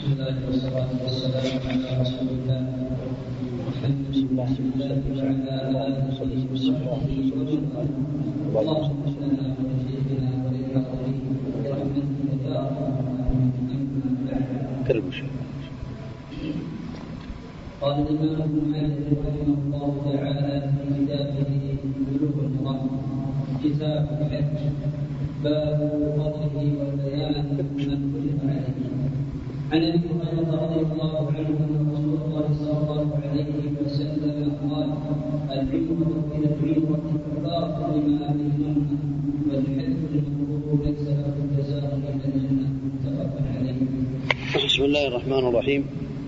بسم الله والصلاة والسلام على رسول الله محمد بن عبد الله وعلى آله وصحبه وسلم. اللهم اغفر لنا ولشيخنا وللحاضرين برحمتك يا أرحم الراحمين. قال الإمام ابن حجر رحمه الله تعالى في كتابه بلوغ المرام كتاب الحج باب فضله والبيان من كتب عليه. عن ابي هريره رضي الله عنه ان رسول الله صلى الله عليه وسلم قال: العمره الى العمره كفاره لما بينهما والحج المبرور ليس له جزاء الا الجنه. متفق عليه. بسم الله الرحمن الرحيم.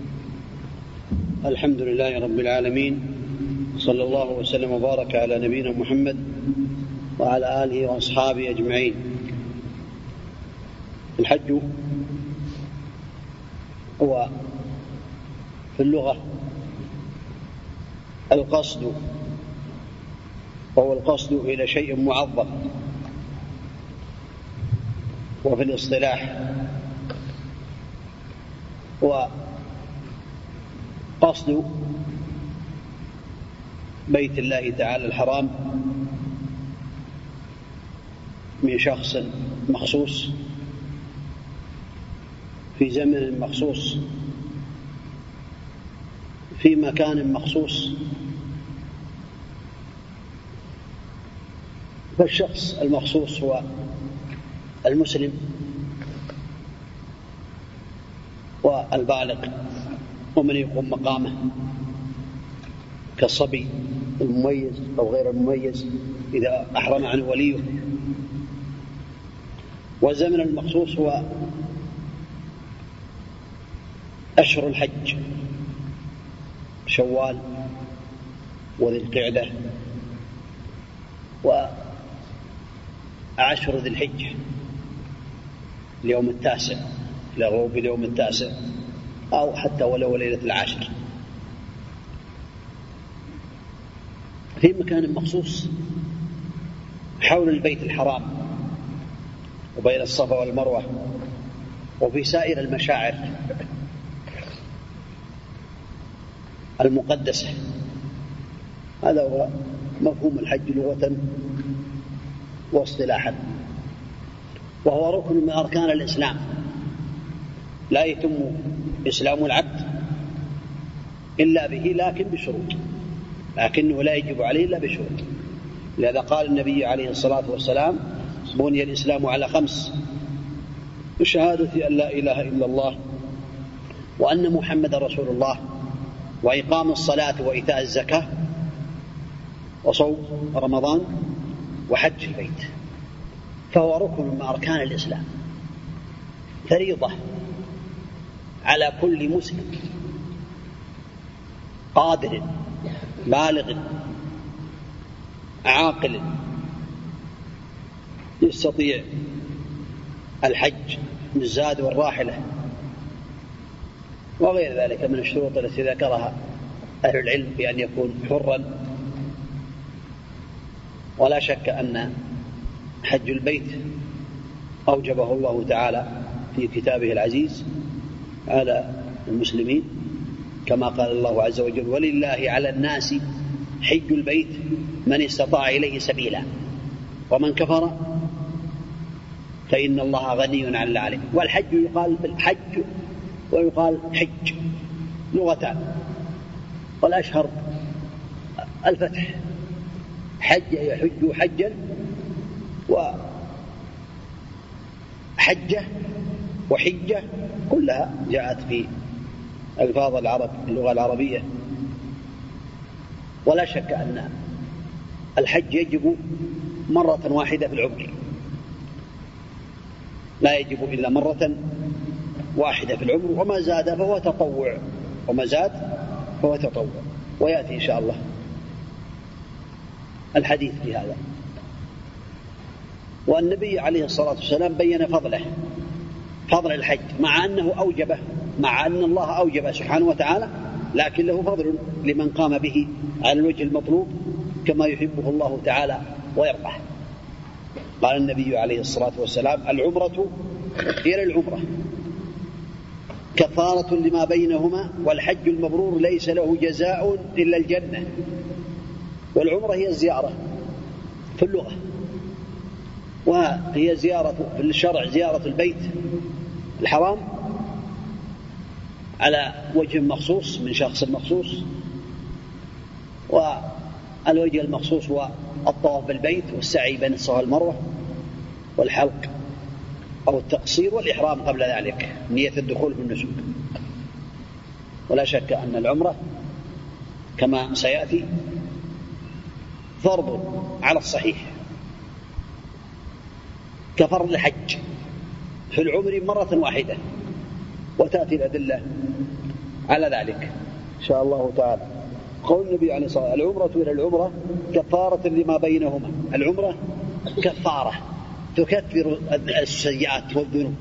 الحمد لله رب العالمين، صلى الله وسلم وبارك على نبينا محمد وعلى آله وأصحابه أجمعين. الحج هو في اللغة القصد، وهو القصد إلى شيء معظم، وفي الاصطلاح هو قصد بيت الله تعالى الحرام من شخص مخصوص في زمن مخصوص في مكان مخصوص. فالشخص المخصوص هو المسلم والبالغ ومن يقوم مقامه كالصبي المميز أو غير المميز إذا أحرم عنه وليه. والزمن المخصوص هو أشهر الحج: شوال وذي القعدة وعشر ذي الحجة، اليوم التاسع إلى غروب اليوم التاسع أو حتى ولو ليلة العاشر، في مكان مخصوص حول البيت الحرام وبين الصفا والمروة وفي سائر المشاعر المقدسة. هذا هو مفهوم الحج لغة واصطلاحا، وهو ركن من أركان الإسلام لا يتم إسلام العبد إلا به، لكن بشروط، لكنه لا يجب عليه إلا بشروط. لذا قال النبي عليه الصلاة والسلام: بني الإسلام على 5: الشهادة أن لا إله إلا الله وأن محمد رسول الله وإقام الصلاة وإيتاء الزكاة وصوم رمضان وحج البيت. فهو ركن من أركان الإسلام، فريضة على كل مسلم قادر بالغ عاقل يستطيع الحج بالزاد والراحلة وغير ذلك من الشروط التي ذكرها أهل العلم بأن يكون حرا. ولا شك أن حج البيت أوجبه الله تعالى في كتابه العزيز على المسلمين، كما قال الله عز وجل: ولله على الناس حج البيت من استطاع إليه سبيلا ومن كفر فإن الله غني عن العالمين. والحج يقال بالحج ويقال حج لغتان، والأشهر الفتح: حج يحج حجا، وحجة وحجة كلها جاءت في ألفاظ العرب اللغة العربية. ولا شك أن الحج يجب مرة واحدة في العمر، لا يجب إلا مرة واحدة في العمر، وما زاد فهو تطوع، وما زاد فهو تطوع. ويأتي إن شاء الله الحديث في هذا. والنبي عليه الصلاة والسلام بين فضل الحج، مع أنه أوجبه، مع أن الله أوجبه سبحانه وتعالى، لكن له فضل لمن قام به على الوجه المطلوب كما يحبه الله تعالى ويرضاه. قال النبي عليه الصلاة والسلام: العمرة إلى العمرة كفارة لما بينهما، والحج المبرور ليس له جزاء إلا الجنة. والعمرة هي الزيارة في اللغة، وهي زيارة في الشرع زيارة البيت الحرام على وجه مخصوص من شخص مخصوص، والوجه المخصوص هو الطواف بالبيت والسعي بين الصفا والمروة والحلق أو التقصير والإحرام قبل ذلك نية الدخول في النسك. ولا شك أن العمرة كما سيأتي فرض على الصحيح كفرض الحج في العمر مرة واحدة، وتأتي الأدلة على ذلك إن شاء الله تعالى. قول النبي عليه الصلاة والسلام: العمرة إلى العمرة كفارة لما بينهما. العمرة كفارة تكفر السيئات والذنوب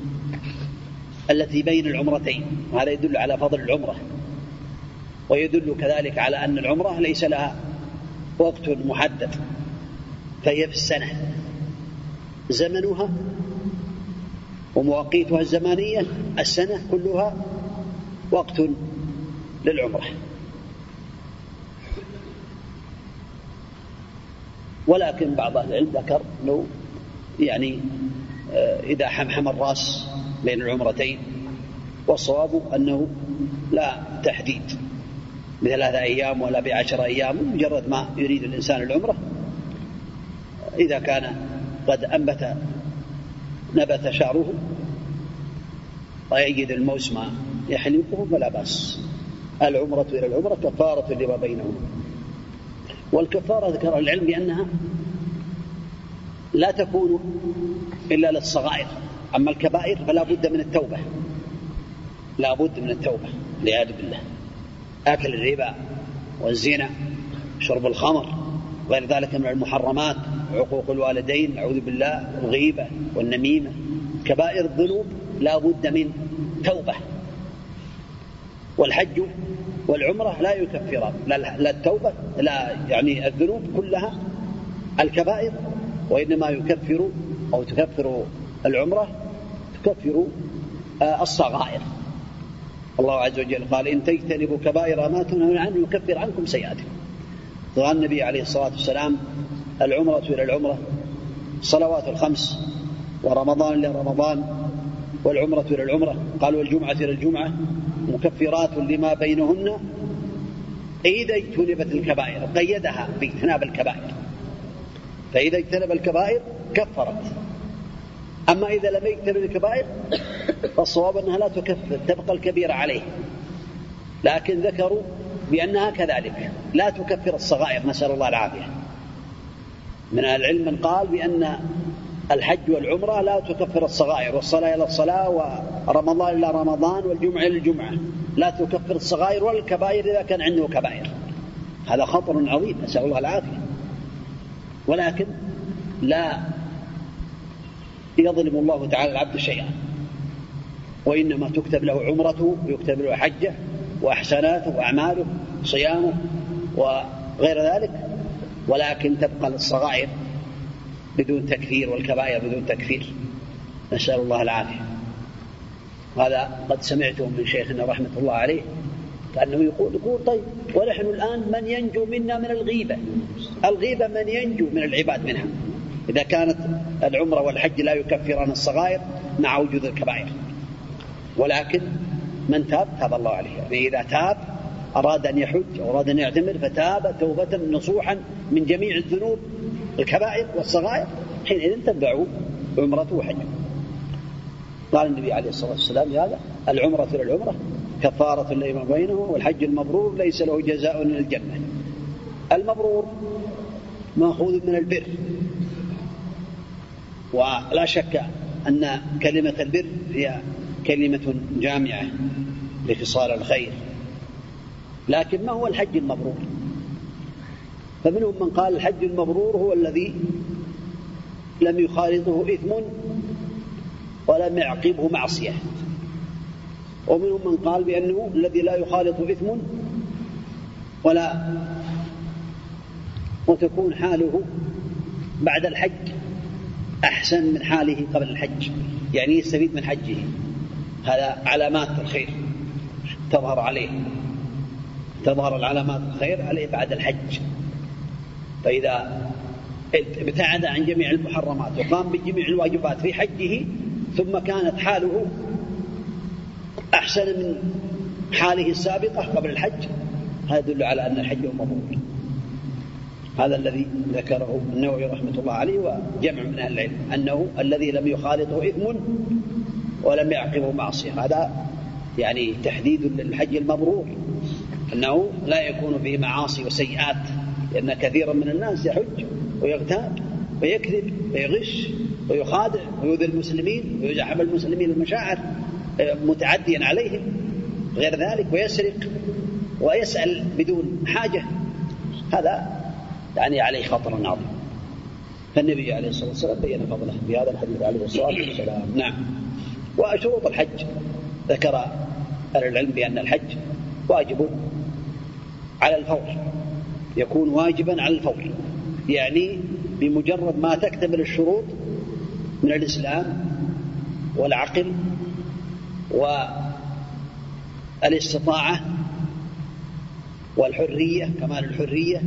التي بين العمرتين، وهذا يدل على فضل العمرة، ويدل كذلك على أن العمرة ليس لها وقت محدد، فهي في السنة زمنها ومواقيتها الزمانية، السنة كلها وقت للعمرة. ولكن بعض أهل العلم ذكر أنه يعني إذا حمحم الرأس بين العمرتين، والصواب أنه لا تحديد ب3 أيام ولا ب10 أيام، مجرد ما يريد الإنسان العمرة. إذا كان قد نبت شعره ويجد الموسم يحلقه فلا بأس. العمرة إلى العمرة كفارة لما بينهما. والكفارة ذكر العلم بأنها لا تكون إلا للصغائر، أما الكبائر فلا بد من التوبة، لا بد من التوبة والعياذ بالله. أكل الربا والزنا، شرب الخمر، غير ذلك من المحرمات، عقوق الوالدين، نعوذ بالله، الغيبة والنميمة، كبائر الذنوب لا بد من توبة. والحج والعمرة لا يكفران، لا التوبة لا يعني الذنوب كلها الكبائر، وإنما يكفر أو تكفر العمرة تكفر الصغائر. الله عز وجل قال: إن تجتنبوا كبائر ما تنهون عنه يكفر عنكم سيئاتكم. قال النبي عليه الصلاة والسلام: العمرة إلى العمرة، الصلوات الخمس، ورمضان إلى رمضان، والعمرة إلى العمرة. قال: والجمعة إلى الجمعة، مكفرات لما بينهن إذا اجتنبت الكبائر. قيدها باجتناب الكبائر، فإذا اجتنب الكبائر كفرت. أما إذا لم يجتنب الكبائر فالصواب أنها لا تكفر، تبقى الكبيرة عليه. لكن ذكروا بأنها كذلك لا تكفر الصغائر، نسأل الله العافية. من العلم من قال بأن الحج والعمرة لا تكفر الصغائر، والصلاة إلى الصلاة، ورمضان إلى رمضان، والجمعة إلى الجمعة، لا تكفر الصغائر ولا الكبائر إذا كان عنده كبائر. هذا خطر عظيم، نسأل الله العافية. ولكن لا يظلم الله تعالى العبد شيئا، وإنما تكتب له عمرته ويكتب له حجه وأحساناته وأعماله، صيامه وغير ذلك، ولكن تبقى للصغائر بدون تكفير والكبائر بدون تكفير، نسأل الله العافية. هذا قد سمعته من شيخنا رحمة الله عليه، كأنه يقول طيب ونحن الآن من ينجو منا من الغيبة؟ الغيبة من ينجو من العباد منها إذا كانت العمرة والحج لا يكفران الصغائر مع وجود الكبائر. ولكن من تاب الله عليه، يعني إذا تاب أراد أن يحج أو أراد أن يعتمر فتاب توبة نصوحا من جميع الذنوب الكبائر والصغائر، حينئذ تنبع عمرته وحجه. قال النبي عليه الصلاة والسلام: هذا العمرة إلى العمرة كفارة لما بينه، والحج المبرور ليس له جزاء إلا الجنة. المبرور مأخوذ من البر، ولا شك أن كلمة البر هي كلمة جامعة لخصال الخير. لكن ما هو الحج المبرور؟ فمنهم من قال الحج المبرور هو الذي لم يخالطه إثم ولم يعقبه معصية، ومنهم من قال بأنه الذي لا يخالطه إثم وتكون حاله بعد الحج أحسن من حاله قبل الحج، يعني يستفيد من حجه. هذا علامات الخير تظهر عليه، تظهر العلامات الخير عليه بعد الحج. فإذا ابتعد عن جميع المحرمات وقام بجميع الواجبات في حجه ثم كانت حاله أحسن من حاله السابقة قبل الحج، هذا يدل على أن الحج مبرور. هذا الذي ذكره النووي رحمة الله عليه وجمع من أهل العلم، أنه الذي لم يخالطه إثم ولم يعقبه معصية. هذا يعني تحديد للحج المبرور، أنه لا يكون فيه معاصي وسيئات، لأن كثيرا من الناس يحج ويغتاب ويكذب ويغش ويخادع ويؤذي المسلمين ويزعم المسلمين المشاعر متعديا عليهم غير ذلك، ويسرق ويسأل بدون حاجة. هذا يعني عليه خطر عظيم. فالنبي عليه الصلاة والسلام بين فضله في هذا الحديث عليه الصلاة والسلام. نعم. وشروط الحج ذكر أهل العلم بأن الحج واجب على الفور، يكون واجبا على الفور، يعني بمجرد ما تكتمل الشروط من الإسلام والعقل والاستطاعة والحرية، كمال الحرية.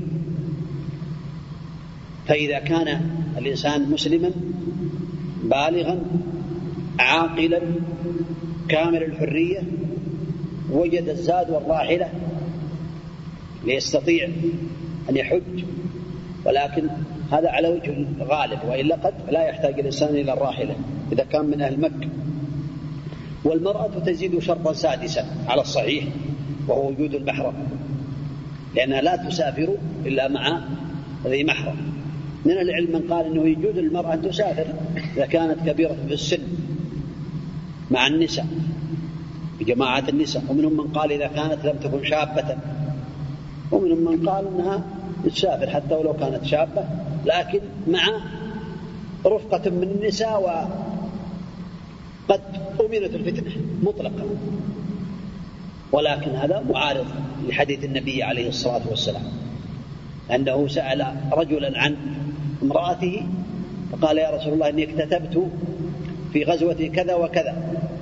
فإذا كان الإنسان مسلما بالغا عاقلا كامل الحرية وجد الزاد والراحلة ليستطيع أن يحج، ولكن هذا على وجه الغالب، وإلا قد لا يحتاج الإنسان إلى الراحلة إذا كان من أهل مكة. والمرأة تزيد شرطا سادسا على الصحيح وهو وجود المحرم، لأنها لا تسافر إلا مع ذي محرم. من العلم من قال أنه يجوز للمرأة أن تسافر إذا كانت كبيرة في السن مع النساء بجماعة النساء، ومنهم من قال إذا كانت لم تكن شابة، ومنهم من قال أنها تسافر حتى ولو كانت شابة لكن مع رفقة من النساء وقد أمنت الفتنة مطلقا. ولكن هذا معارض لحديث النبي عليه الصلاة والسلام، أنه سأل رجلا عن امرأته فقال يا رسول الله إني اكتتبت في غزوة كذا وكذا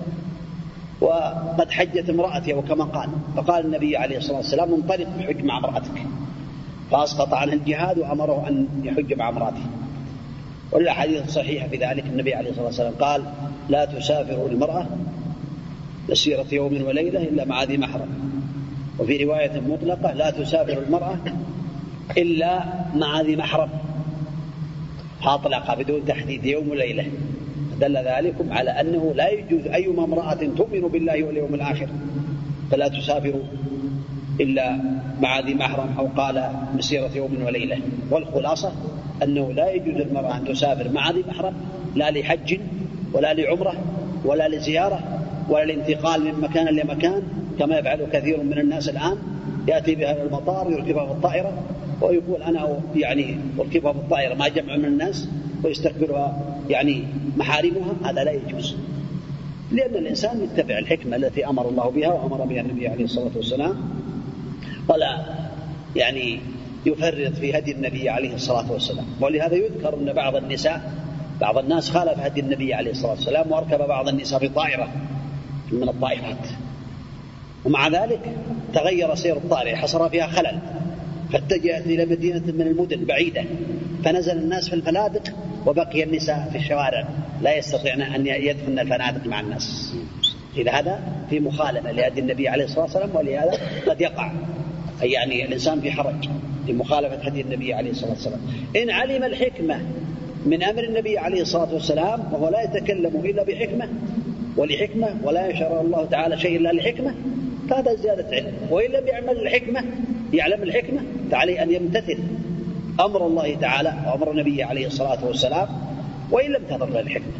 وقد حجت امرأتي وكما قال، فقال النبي عليه الصلاة والسلام انطلق حج مع امرأتك، فأسقط عنه الجهاد وأمره أن يحج مع امرأته. والأحاديث صحيحة في ذلك، النبي عليه الصلاة والسلام قال لا تسافر المرأة مسيرة يوم وليلة إلا مع ذي محرم، وفي رواية مطلقة لا تسافر المرأة إلا مع ذي محرم، أطلق بدون تحديد يوم وليلة. دل ذلكم على أنه لا يجوز أيما امرأة تؤمن بالله واليوم الآخر فلا تسافر إلا مع ذي محرم، أو قال مسيرة يوم وليلة. والخلاصة أنه لا يجوز المرأة أن تسافر مع ذي محرم لا لحج ولا لعمرة ولا لزيارة ولا لانتقال من مكان لمكان كما يفعل كثير من الناس الآن، يأتي بها إلى المطار يركبها في الطائرة ويقول أنا يعني أركبها في الطائرة ما جمع من الناس ويستقبلها يعني محارمها. هذا لا يجوز، لأن الإنسان يتبع الحكمة التي أمر الله بها وأمر بها النبي عليه الصلاة والسلام، ولا يعني يفرط في هدي النبي عليه الصلاة والسلام. ولهذا يذكر أن بعض الناس خالف هدي النبي عليه الصلاة والسلام وأركب بعض النساء في طائرة من الطائرات، ومع ذلك تغير سير الطائرة حصل فيها خلل فاتجهت إلى مدينة من المدن بعيدة، فنزل الناس في الفنادق وبقي النساء في الشوارع لا يستطيعن أن يدخلن الفنادق مع الناس. إذا هذا في مخالفة لهدي النبي عليه الصلاة والسلام، ولهذا قد يقع يعني الإنسان في حرج لمخالفة هدي النبي عليه الصلاة والسلام. إن علم الحكمة من أمر النبي عليه الصلاة والسلام وهو لا يتكلم إلا بحكمة ولحكمة ولا يشرع الله تعالى شيء إلا لحكمة فهذا زيادة علم. وإن لم يعلم الحكمة فعليه أن يمتثل أمر الله تعالى وأمر النبي عليه الصلاة والسلام وإن لم تظهر الحكمة.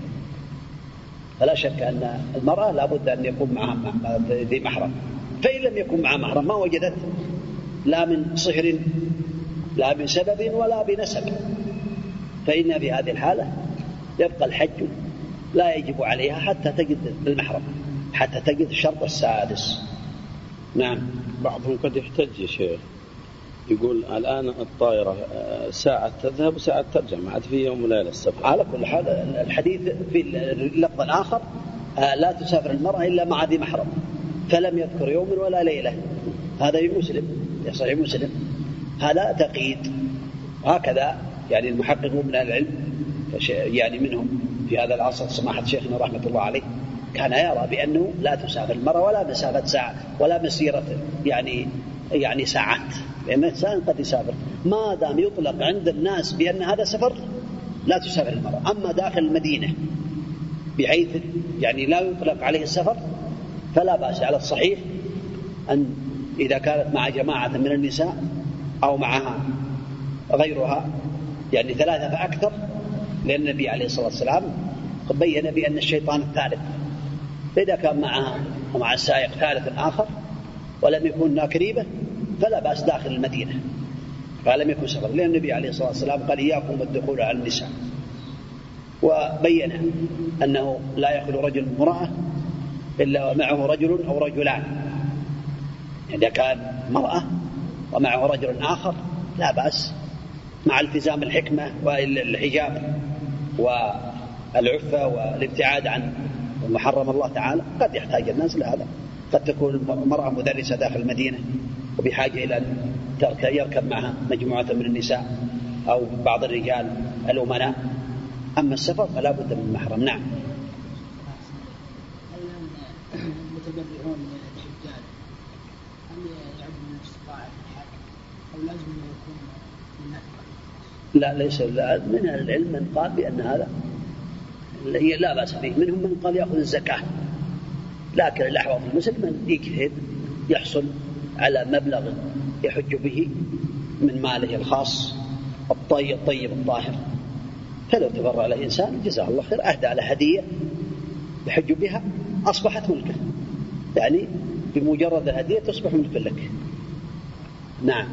فلا شك أن المرأة لابد أن يكون معها ذي محرم، فإن لم يكن معها محرم ما وجدت لا من صهر لا من سبب ولا بنسب، فإن في هذه الحالة يبقى الحج لا يجب عليها حتى تجد المحرم، حتى تجد الشرط السادس. نعم. بعضهم قد يحتج يا شيخ، يقول الآن الطائرة ساعة تذهب وساعة ترجع، ما عاد في يوم وليلة السفر. على كل حال الحديث في اللفظ الآخر لا تسافر المرأة إلا مع ذي محرم، فلم يذكر يوم ولا ليلة. هذا مسلم يصحيح مسلم، هذا تقييد. هكذا يعني المحققون من العلم يعني منهم في هذا العصر سماحة شيخنا رحمة الله عليه كان يرى بأنه لا تسافر المرأة ولا مسافة ساعة ولا مسيرة يعني ساعات، لأن الإنسان قد يسافر ما دام يطلق عند الناس بأن هذا سفر لا تسافر المرأة. أما داخل المدينة بحيث يعني لا يطلق عليه السفر فلا بأس على الصحيح أن إذا كانت مع جماعة من النساء أو معها غيرها يعني 3 فأكثر، لأن النبي عليه الصلاة والسلام بين بأن الشيطان الثالث، فإذا كان معها ومع السائق ثالث آخر ولم يكن قريبة فلا بأس داخل المدينة فلم يكن سفر، لأن النبي عليه الصلاة والسلام قال إياكم والدخول على النساء، وبين أنه لا يخلو رجل امرأة إلا ومعه رجل أو رجلان. إذا كان مرأة ومعه رجل آخر لا بأس مع التزام الحكمة والحجاب والعفة والابتعاد عن ما حرم الله تعالى. قد يحتاج الناس لهذا، قد تكون المرأة مدرسة داخل المدينة وبحاجة إلى أن يركب معها مجموعة من النساء أو بعض الرجال الأمناء. أما السفر فلا بد من محرم. نعم. المتبرعون للحجاج هل يعد من استطاعة الحج أو لازم أن يكون من نفقة؟ لا، ليس من العلم من قال بأن هذا لا بأس به، منهم من قال يأخذ الزكاة، لكن الأحوط المسلم من يجتهد يحصل على مبلغ يحج به من ماله الخاص الطيب الطاهر، فلو تبرع له إنسان جزاه الله خير أهدى له هدية يحج بها أصبحت ملكه، يعني بمجرد الهدية تصبح ملكا لك. نعم.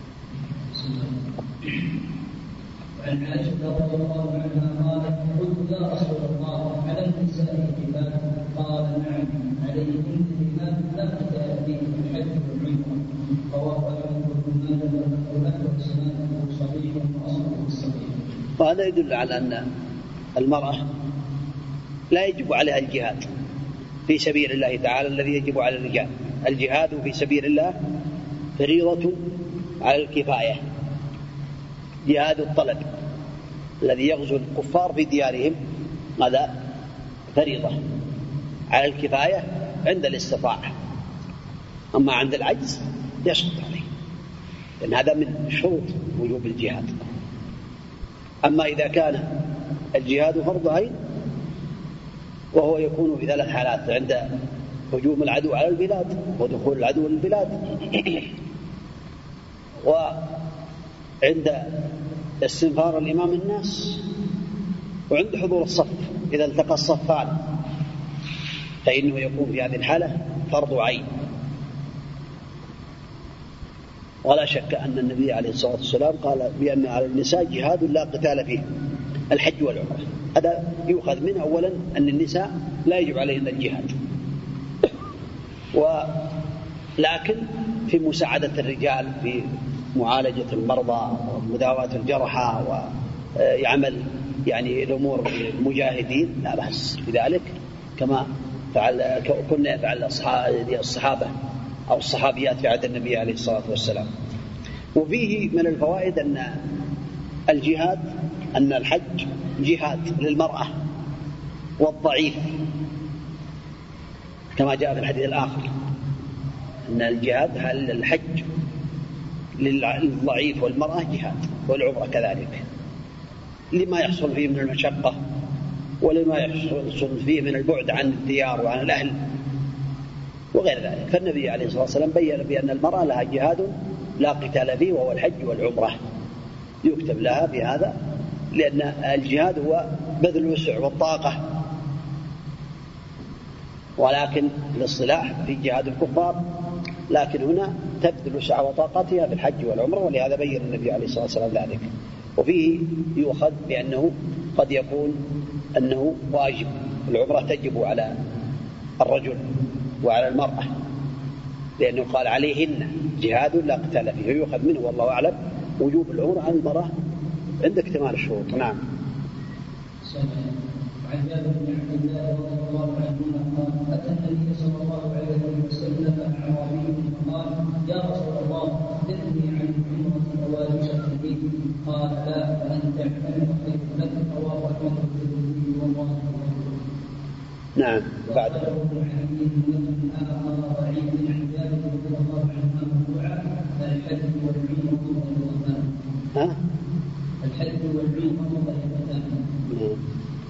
وعن عائشة رضي الله عنها قالت قلت يا رسول الله على النساء جبال؟ قال نعم عليهن جبال لا قتال فيهن الحج والعمرة. رواه أحمد بن ماجه وأحمد وسنده صحيح وأصله الصحيح. وهذا يدل على أن المرأة لا يجب عليها الجهاد في سبيل الله تعالى الذي يجب على الرجال. الجهاد في سبيل الله فريضة على الكفاية، جهاد الطلب الذي يغزو الكفار في ديارهم هذا فريضة على الكفاية عند الاستطاعة، أما عند العجز يسقط عليه، لأن هذا من شروط وجوب الجهاد. أما إذا كان الجهاد فرض عين وهو يكون في 3 حالات: عند هجوم العدو على البلاد ودخول العدو للبلاد، وعند استنفار الإمام الناس، وعند حضور الصف إذا التقى الصفان، فإنه يكون في هذه الحالة فرض عين. ولا شك أن النبي عليه الصلاة والسلام قال بأن على النساء جهاد لا قتال فيه الحج والعمرة. هذا يؤخذ منه أولا أن النساء لا يجب عليهن الجهاد، ولكن في مساعدة الرجال في معالجة المرضى ومداواة الجرحى ويعمل يعني الأمور المجاهدين لا بأس بذلك، كما كنا يفعل الصحابة أو الصحابيات في عهد النبي عليه الصلاة والسلام. وفيه من الفوائد أن الجهاد أن الحج جهاد للمرأة والضعيف، كما جاء في الحديث الآخر أن الجهاد الحج للضعيف والمرأة جهاد، والعمرة كذلك، لما يحصل فيه من المشقة ولما يحصل فيه من البعد عن الديار وعن الأهل وغير ذلك. فالنبي عليه الصلاة والسلام بيّن بأن المرأة لها جهاد لا قتال فيه وهو الحج والعمرة، يكتب لها بهذا، لأن الجهاد هو بذل الوسع والطاقة، ولكن الاصطلاح في جهاد الكفار، لكن هنا تبذل وسع وطاقتها في الحج والعمرة، ولهذا بين النبي عليه الصلاة والسلام ذلك. وفيه يؤخذ بأنه قد يكون أنه واجب، العمرة تجب على الرجل وعلى المرأة، لأنه قال عليهن جهاد لا قتال فيه، يؤخذ منه والله أعلم وجوب العمرة على المرأة عند اكتمال الشروط. نعم. عن جابر بن عبد الله رضي الله عنهما أتى النبي صلى الله عليه وسلم أعرابي فقال يا رسول الله أخبرني عن العمرة وواجبها لي. قال لا فأن تعمل خير لك. رواه أحمد الترمذي والله. نعم. بعد الحج والعمرة ضعيفتان.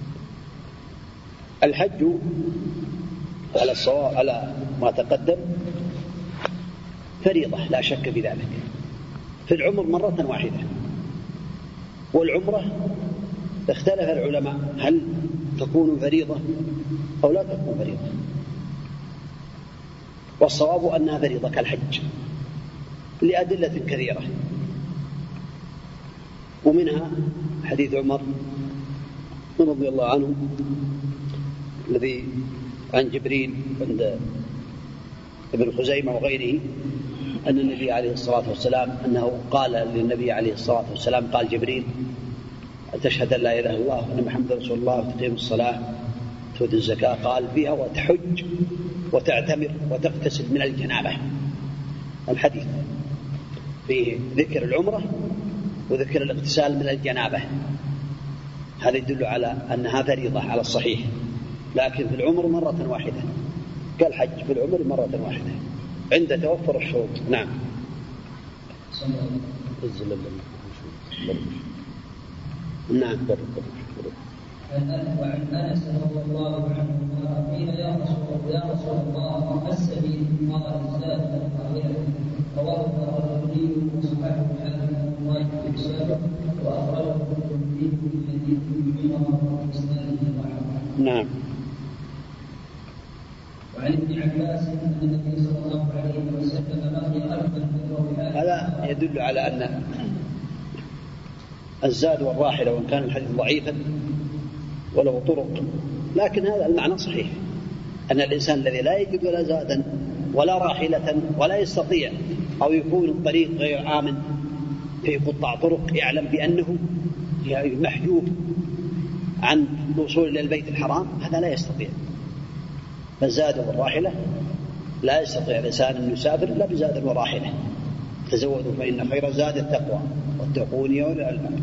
الحج على الصواب على ما تقدم فريضة لا شك في ذلك، في العمر مرة واحدة. والعمرة اختلف العلماء هل تكون فريضة أو لا تكون فريضة، والصواب أنها فريضة كالحج لأدلة كثيرة، ومنها حديث عمر رضي الله عنه الذي عن جبريل عند ابن خزيمة وغيره أن النبي عليه الصلاة والسلام أنه قال للنبي عليه الصلاة والسلام قال جبريل تشهد أن لا إله إلا الله وأن محمد رسول الله وتقيم الصلاة وتؤتي الزكاة قال فيها وتحج وتعتمر وتغتسل من الجنابة. الحديث فيه ذكر العمرة وذكر الاغتسال من الجنابة، هذا يدل على أنها فريضة على الصحيح، لكن في العمر مرة واحدة كالحج في العمر مرة واحدة عند توفر الشروط. نعم. نعم. وعن أنس رضي الله عنه قيل يا رسول الله ما السبيل؟ قال الزاد والطاهرة. رواه الطبراني وصححه الحاكم في كتابه وأخرجه الترمذي في حديث عمر وإسناده. نعم. وعن ابن عباس أن النبي صلى الله عليه وسلم لقي أكثر من روحات. هذا يدل على أن الزاد والراحلة وإن كان الحديث ضعيفا ولو طرق، لكن هذا المعنى صحيح، أن الإنسان الذي لا يجد ولا زادا ولا راحلة ولا يستطيع أو يكون الطريق غير آمن في قطاع طرق يعلم بأنه محجوب عن الوصول إلى البيت الحرام، هذا لا يستطيع. فالزاد والراحلة لا يستطيع الإنسان أن يسافر إلا بزاد وراحلة. تزودوا فإن خير الزاد التقوى واتقون يا أولي الألباب.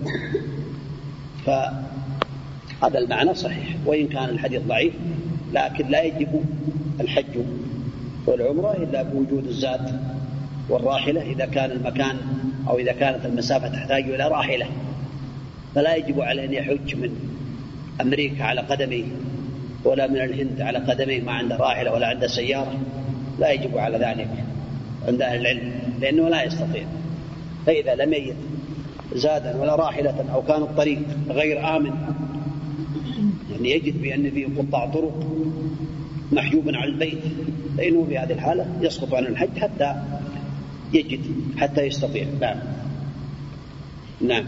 فهذا المعنى صحيح وإن كان الحديث ضعيف، لكن لا يجب الحج والعمرة إلا بوجود الزاد والراحلة إذا كان المكان أو إذا كانت المسافة تحتاج إلى راحلة، فلا يجب عليه أن يحج من أمريكا على قدمه ولا من الهند على قدمه ما عنده راحلة ولا عنده سيارة، لا يجب على ذلك عند أهل العلم لأنه لا يستطيع. فإذا لم يجد زادا ولا راحلة أو كان الطريق غير آمن، يعني يجد بأن فيه قطاع طرق محجوب على البيت، فإنه في هذه الحالة يسقط عن الحج حتى يجد حتى يستطيع. نعم. نعم.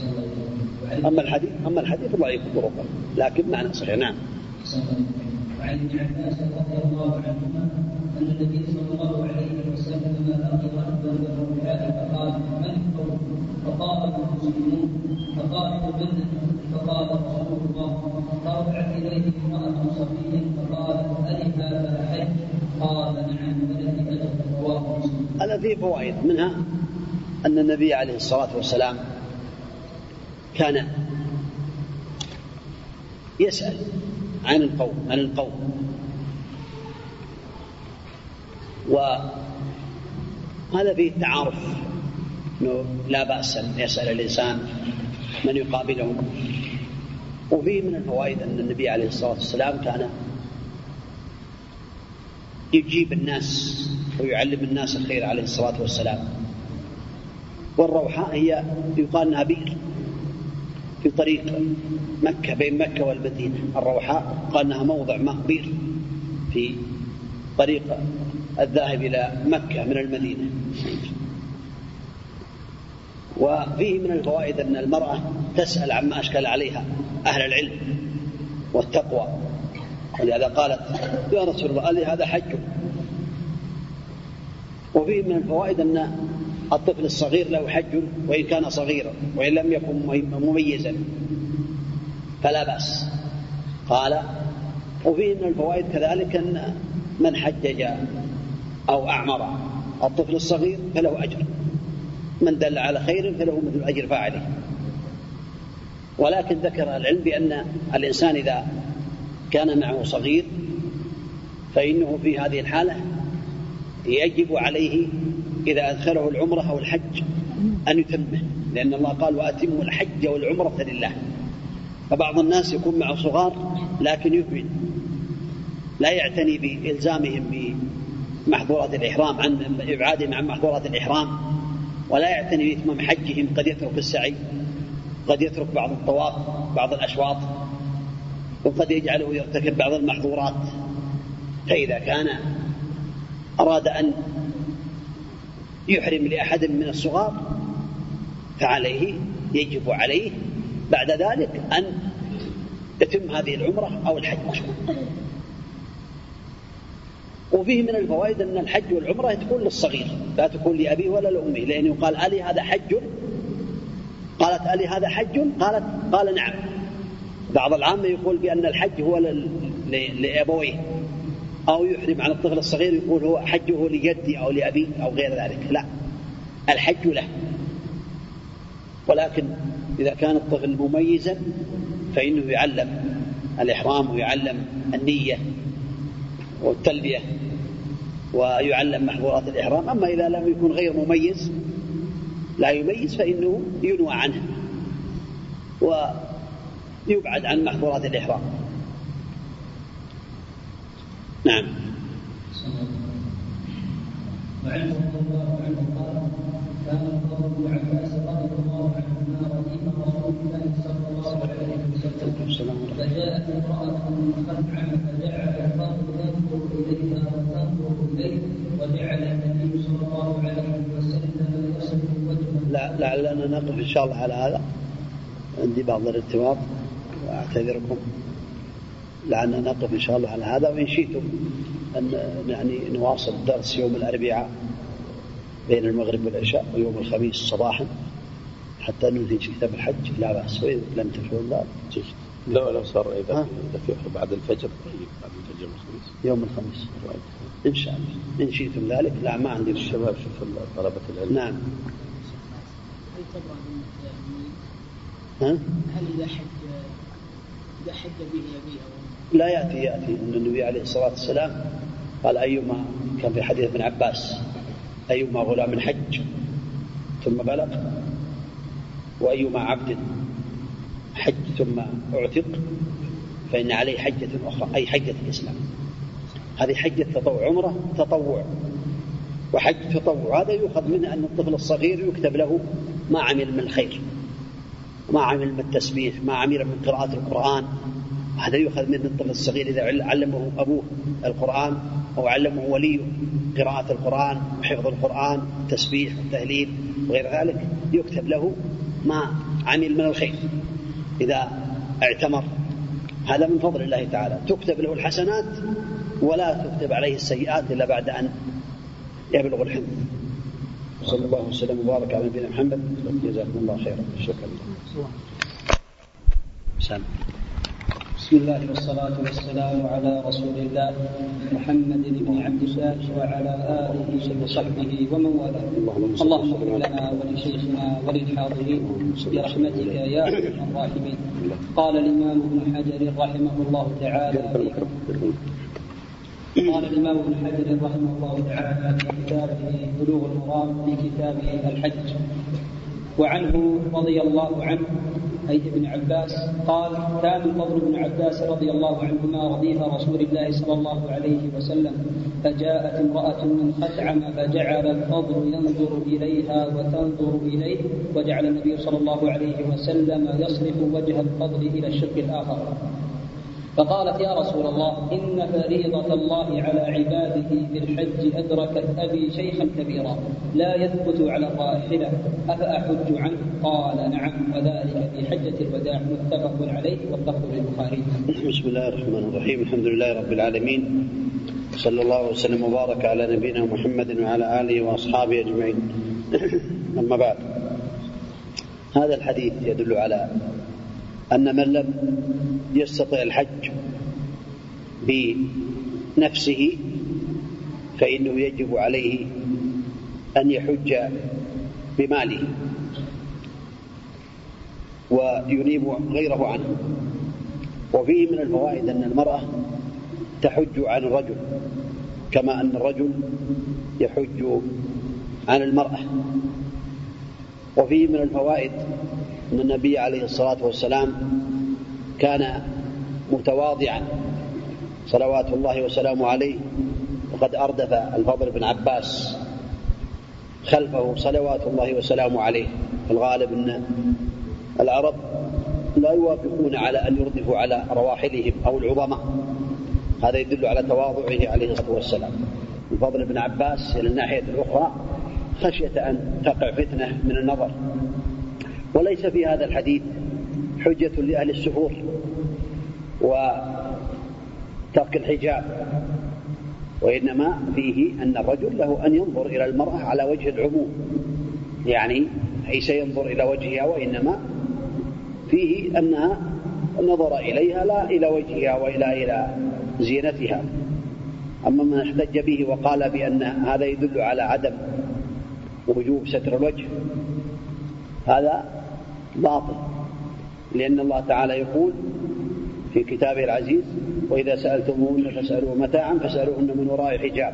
أما الحديث ضعيف طرقا لكن معنى صحيح. نعم. وعن ابن عباس رضي الله عنهما أن النبي صلى الله عليه وسلم لقي رهبا من الرجال فقال من قوم؟ فقال المسلمون. فقال من؟ فقال رسول الله. فرفعت إليه امرأة صفية فقالت ألي هذا حج؟ قال نعم ولك أجر. رواه مسلم. هذا فيه فوائد، منها أن النبي عليه الصلاة والسلام كان يسأل عن القوم وهذا فيه التعارف، إنه لا بأس أن يسأل الإنسان من يقابلهم. وفيه من الفوائد أن النبي عليه الصلاة والسلام كان يجيب الناس ويعلم الناس الخير عليه الصلاة والسلام. والروحاء هي يقال أنها بئر في طريق مكة بين مكة والمدينة. الروحاء قال أنها موضع ماء بئر في طريق الذاهب إلى مكة من المدينة. وفيه من الفوائد أن المرأة تسأل عما أشكل عليها أهل العلم والتقوى، ولهذا قالت يا رسول الله قال لي هذا حج. وفيه من الفوائد أن الطفل الصغير له حج وإن كان صغيرا وإن لم يكن مميزا فلا بأس. قال وفيه من الفوائد كذلك أن من حجج أو أعمر الطفل الصغير فله أجر، من دل على خير فله مثل أجر فاعله. ولكن ذكر العلم بأن الإنسان إذا كان معه صغير فإنه في هذه الحالة يجب عليه إذا أدخله العمرة أو الحج أن يتمه، لأن الله قال وأتموا الحج والعمرة لله. فبعض الناس يكون معه صغار لكن يهمل، لا يعتني بإلزامهم بمحظورات الإحرام، عن إبعادهم عن محظورات الإحرام، ولا يعتني بإتمام حجهم، قد يترك السعي، قد يترك بعض الطواف، بعض الأشواط، وقد يجعله يرتكب بعض المحظورات. فإذا كان أراد أن يحرم لأحد من الصغار فعليه يجب عليه بعد ذلك أن يتم هذه العمرة أو الحج. وفيه من الفوائد أن الحج والعمرة تكون للصغير، لا تكون لأبيه ولا لأمه، لأنه قال ألي هذا حج؟ قالت ألي هذا حج؟ قال نعم. بعض العامة يقول بأن الحج هو لأبويه، أو يحرم عن الطفل الصغير يقول هو حجه لجدي أو لأبي أو غير ذلك. لا، الحج له. ولكن إذا كان الطفل مميزا فإنه يعلم الإحرام ويعلم النية والتلبية ويعلم محظورات الإحرام. أما إذا لم يكن غير مميز لا يميز فإنه ينوى عنه ويبعد عن محظورات الإحرام. نعم. وعنه الله عنه قال كان الفضل بن عباس رضي الله عنهما رديف رسول الله صلى الله عليه وسلم، فجاءت امرأة من خثعم فجعل الفضل ينظر إليها وتنظر إليه، وجعل النبي صلى الله عليه وسلم يصف وجهه. لعلنا نقف إن شاء الله على هذا، عندي بعض الارتباط وأعتذركم. لعلنا نقف إن شاء الله على هذا، وإن شئتم أن يعني نواصل الدرس يوم الأربعاء بين المغرب والعشاء، ويوم الخميس صباحا حتى ننهي كتاب الحج لا بأس. وإذا لم تفعلوا لا لو صار إذا في بعد الفجر، بعد الفجر يوم الخميس إن شاء الله إن شئتم ذلك. لا ما عندي الشباب شوف طلبة العلم. نعم. هل تبرأ هل إذا حج به أبيه لا يأتي أن النبي عليه الصلاة والسلام قال أيما، كان في حديث ابن عباس أيما غلام حج ثم بلغ، وأيما عبد حج ثم اعتق، فإن عليه حجة أخرى، أي حجة الإسلام. هذه حجة تطوع، عمره تطوع وحج تطوع. هذا يؤخذ منه أن الطفل الصغير يكتب له ما عمل من الخير، ما عمل من التسبيح، ما عمل من قراءة القرآن. هذا يؤخذ من الطفل الصغير إذا علمه أبوه القرآن أو علمه وليه قراءة القرآن وحفظ القرآن والتسبيح والتهليل وغير ذلك، يكتب له ما عمل من الخير. إذا اعتمر هذا من فضل الله تعالى، تكتب له الحسنات ولا تكتب عليه السيئات إلا بعد أن يبلغ الحلم. صلى الله وسلم وبارك على نبينا محمد. جزاكم الله خيرا. شكرا. بسم الله والصلاة والسلام على رسول الله محمد بن عبد الله وعلى آله وصحبه ومن والاه. اللهم اغفر لنا ولشيخنا وللحاضرين برحمتك يا أرحم الراحمين. قال الإمام ابن حجر رحمه الله تعالى في كتابه بلوغ المرام في كتابه الحج. وعنه رضي الله عنه أي ابن عباس قال كان الفضل بن عباس رضي الله عنهما رديف رسول الله صلى الله عليه وسلم، فجاءت امرأة من خثعم فجعل الفضل ينظر إليها وتنظر إليه، وجعل النبي صلى الله عليه وسلم يصرف وجه الفضل إلى الشق الآخر. فقالت يا رسول الله إن فريضة الله على عباده في الحج أدركت أبي شيخا كبيرا لا يثبت على الراحلة أفأحج عنه؟ قال نعم، وذلك في حجة الوداع. متفق عليه واللفظ للبخاري. بسم الله الرحمن الرحيم. الحمد لله رب العالمين، صلى الله وسلم وبارك على نبينا محمد وعلى آله وأصحابه أجمعين. أما بعد، هذا الحديث يدل على أن من لم يستطع الحج بنفسه فإنه يجب عليه أن يحج بماله وينيب غيره عنه. وفيه من الفوائد أن المرأة تحج عن الرجل كما أن الرجل يحج عن المرأة. وفيه من الفوائد أن النبي عليه الصلاة والسلام كان متواضعا صلوات الله وسلامه عليه، وقد أردف الفضل بن عباس خلفه صلوات الله وسلامه عليه. في الغالب أن العرب لا يوافقون على أن يردفوا على رواحلهم أو العظماء، هذا يدل على تواضعه عليه الصلاة والسلام. الفضل بن عباس إلى الناحية الأخرى خشية أن تقع فتنة من النظر. وليس في هذا الحديث حجة لأهل السفور وترك الحجاب، وإنما فيه أن الرجل له أن ينظر إلى المرأة على وجه العموم، يعني ليس ينظر إلى وجهها، وإنما فيه أنها نظر إليها لا إلى وجهها وإلى زينتها. أما من احتج به وقال بأن هذا يدل على عدم وجوب ستر الوجه هذا باطل، لأن الله تعالى يقول في كتابه العزيز: وإذا سألتموهن فاسألوا متاعا فاسألوهن من وراء حجاب.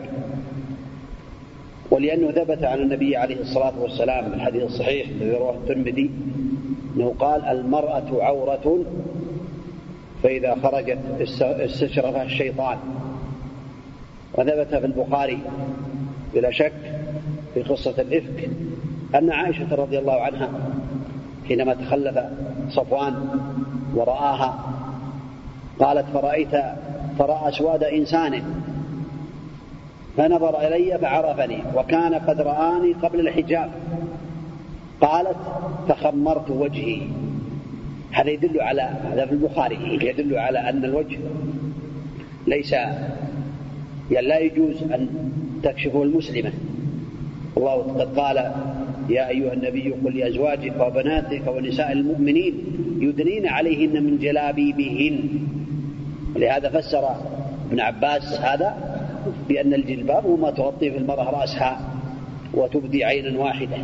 ولأنه ثبت عن النبي عليه الصلاة والسلام الحديث الصحيح الذي رواه الترمذي أنه قال: المرأة عورة فإذا خرجت استشرفها الشيطان. وثبت في البخاري بلا شك في قصة الإفك أن عائشة رضي الله عنها حينما تخلف صفوان ورآها قالت: فرأى سواد إنسان فنظر إلي فعرفني وكان قد رآني قبل الحجاب. قالت: فخمرت وجهي. هذا يدل على هذا في البخاري يدل على أن الوجه ليس لا يجوز أن تكشفه المسلمة. الله قد قال: يا أيها النبي قل لأزواجك وبناتك ونساء المؤمنين يدنين عليهن من جلابيبهن. لهذا فسر ابن عباس هذا بأن الجلباب هو ما تغطي في المرأة رأسها وتبدي عينا واحدة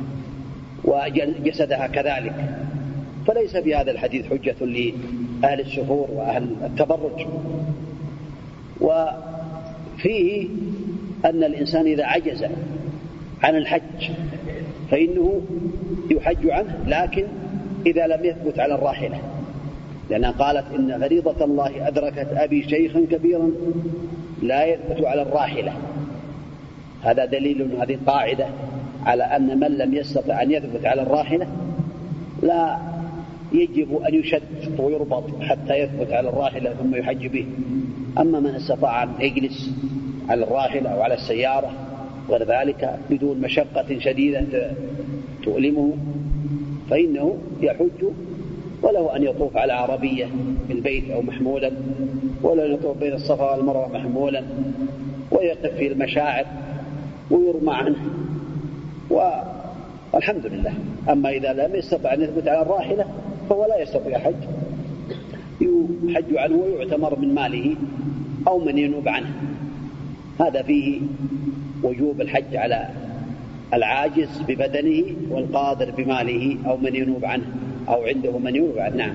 وجسدها كذلك. فليس في هذا الحديث حجة لأهل السفور وأهل التبرج. وفيه أن الإنسان إذا عجز عن الحج فإنه يحج عنه، لكن إذا لم يثبت على الراحلة، لأنها قالت: إن فريضة الله أدركت أبي شيخا كبيرا لا يثبت على الراحلة. هذا دليل من هذه القاعدة على أن من لم يستطع أن يثبت على الراحلة لا يجب أن يشد ويربط حتى يثبت على الراحلة ثم يحج به. أما من استطاع أن يجلس على الراحلة أو على السيارة وذلك بدون مشقة شديدة تؤلمه فإنه يحج، وله أن يطوف على عربية في البيت أو محمولا، ولا يطوف بين الصفا والمروة محمولا، ويقف في المشاعر ويرمى عنه، والحمد لله. أما إذا لم يستطع أن يثبت على الراحلة فهو لا يستطيع حج، يحج عنه ويعتمر من ماله أو من ينوب عنه. هذا فيه وجوب الحج على العاجز ببدنه والقادر بماله أو من ينوب عنه أو عنده من ينوب عنه. نعم.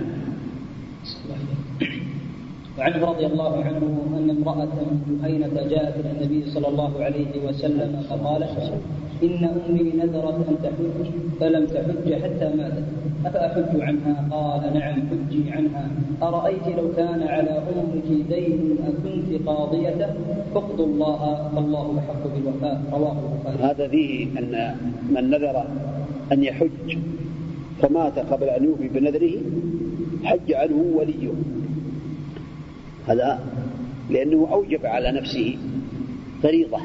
وعنه رضي الله عنه أن امرأة جهينة جاءت إلى النبي صلى الله عليه وسلم فقالت: إن أمي نذرت أن تحج فلم تحج حتى ماتت، أفأحج عنها؟ قال: نعم حجي عنها. أرأيت لو كان على أمك دين أكنت قاضيته؟ فاقض الله فالله أحق بالوفاء. رواه البخاري. هذا فيه أن من نذر أن يحج فمات قبل أن يوفي بنذره حج عنه وليه، هذا لأنه أوجب على نفسه فريضة،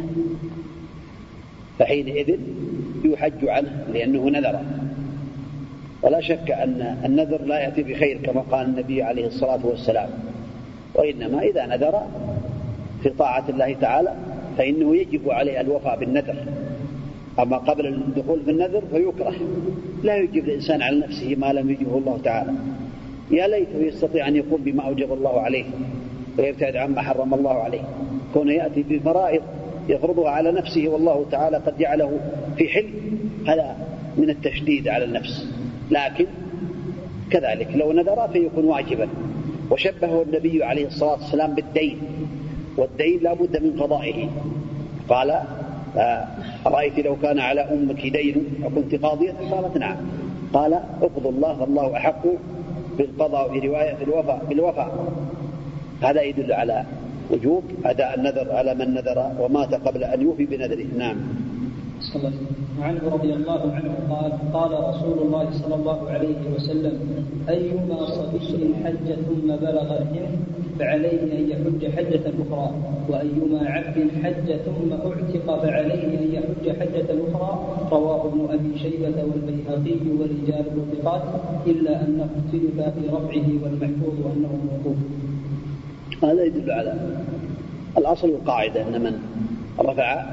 فحينئذ يحج عنه لأنه نذر. ولا شك أن النذر لا يأتي بخير كما قال النبي عليه الصلاة والسلام، وإنما إذا نذر في طاعة الله تعالى فإنه يجب عليه الوفاء بالنذر. أما قبل الدخول في النذر فيكره، لا يجب الإنسان على نفسه ما لم يجبه الله تعالى. يا ليته يستطيع أن يقوم بما أوجب الله عليه، ويبتعد عما حرم الله عليه. كونه يأتي بفرائض يفرضها على نفسه والله تعالى قد جعله في حل، هذا من التشديد على النفس. لكن كذلك لو نذر فيكون واجبا. وشبهه النبي عليه الصلاة والسلام بالدين، والدين لا بد من قضائه. قال أرأيت لو كان على أمك دين وكنت قاضية؟ قالت نعم. قال اقض الله فالله أحق بالقضاء، في رواية بالوفاء. هذا يدل على وجوب أداء النذر على من نذر ومات قبل أن يوفي بنذره. نعم. وعنه رضي الله عنه قال قال رسول الله صلى الله عليه وسلم: أيما صبي حج ثم بلغ الحلم فعليه أن يحج حجة أخرى، وأيما عبد حج ثم أعتق فعليه أن يحج حجة أخرى. رواه ابن أبي شيبة والبيهقي ورجاله ثقات، إلا أنه اختلف في رفعه، والمحفوظ أنه موقوف. هذا يدل على الأصل والقاعدة أن من رفع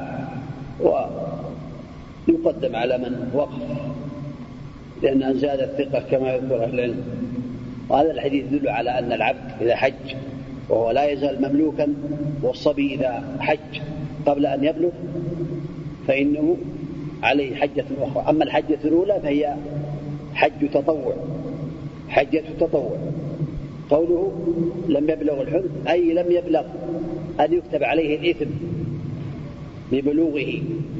ويقدم على من وقف، لأنها زاد الثقة كما يذكر أهل العلم. وهذا الحديث يدل على أن العبد إذا حج وهو لا يزال مملوكا، والصبي إذا حج قبل أن يبلغ فإنه عليه حجة أخرى. أما الحجة الأولى فهي حجة تطوع. قوله لم يبلغ الحلم أي لم يبلغ أن يكتب عليه الإثم ببلوغه،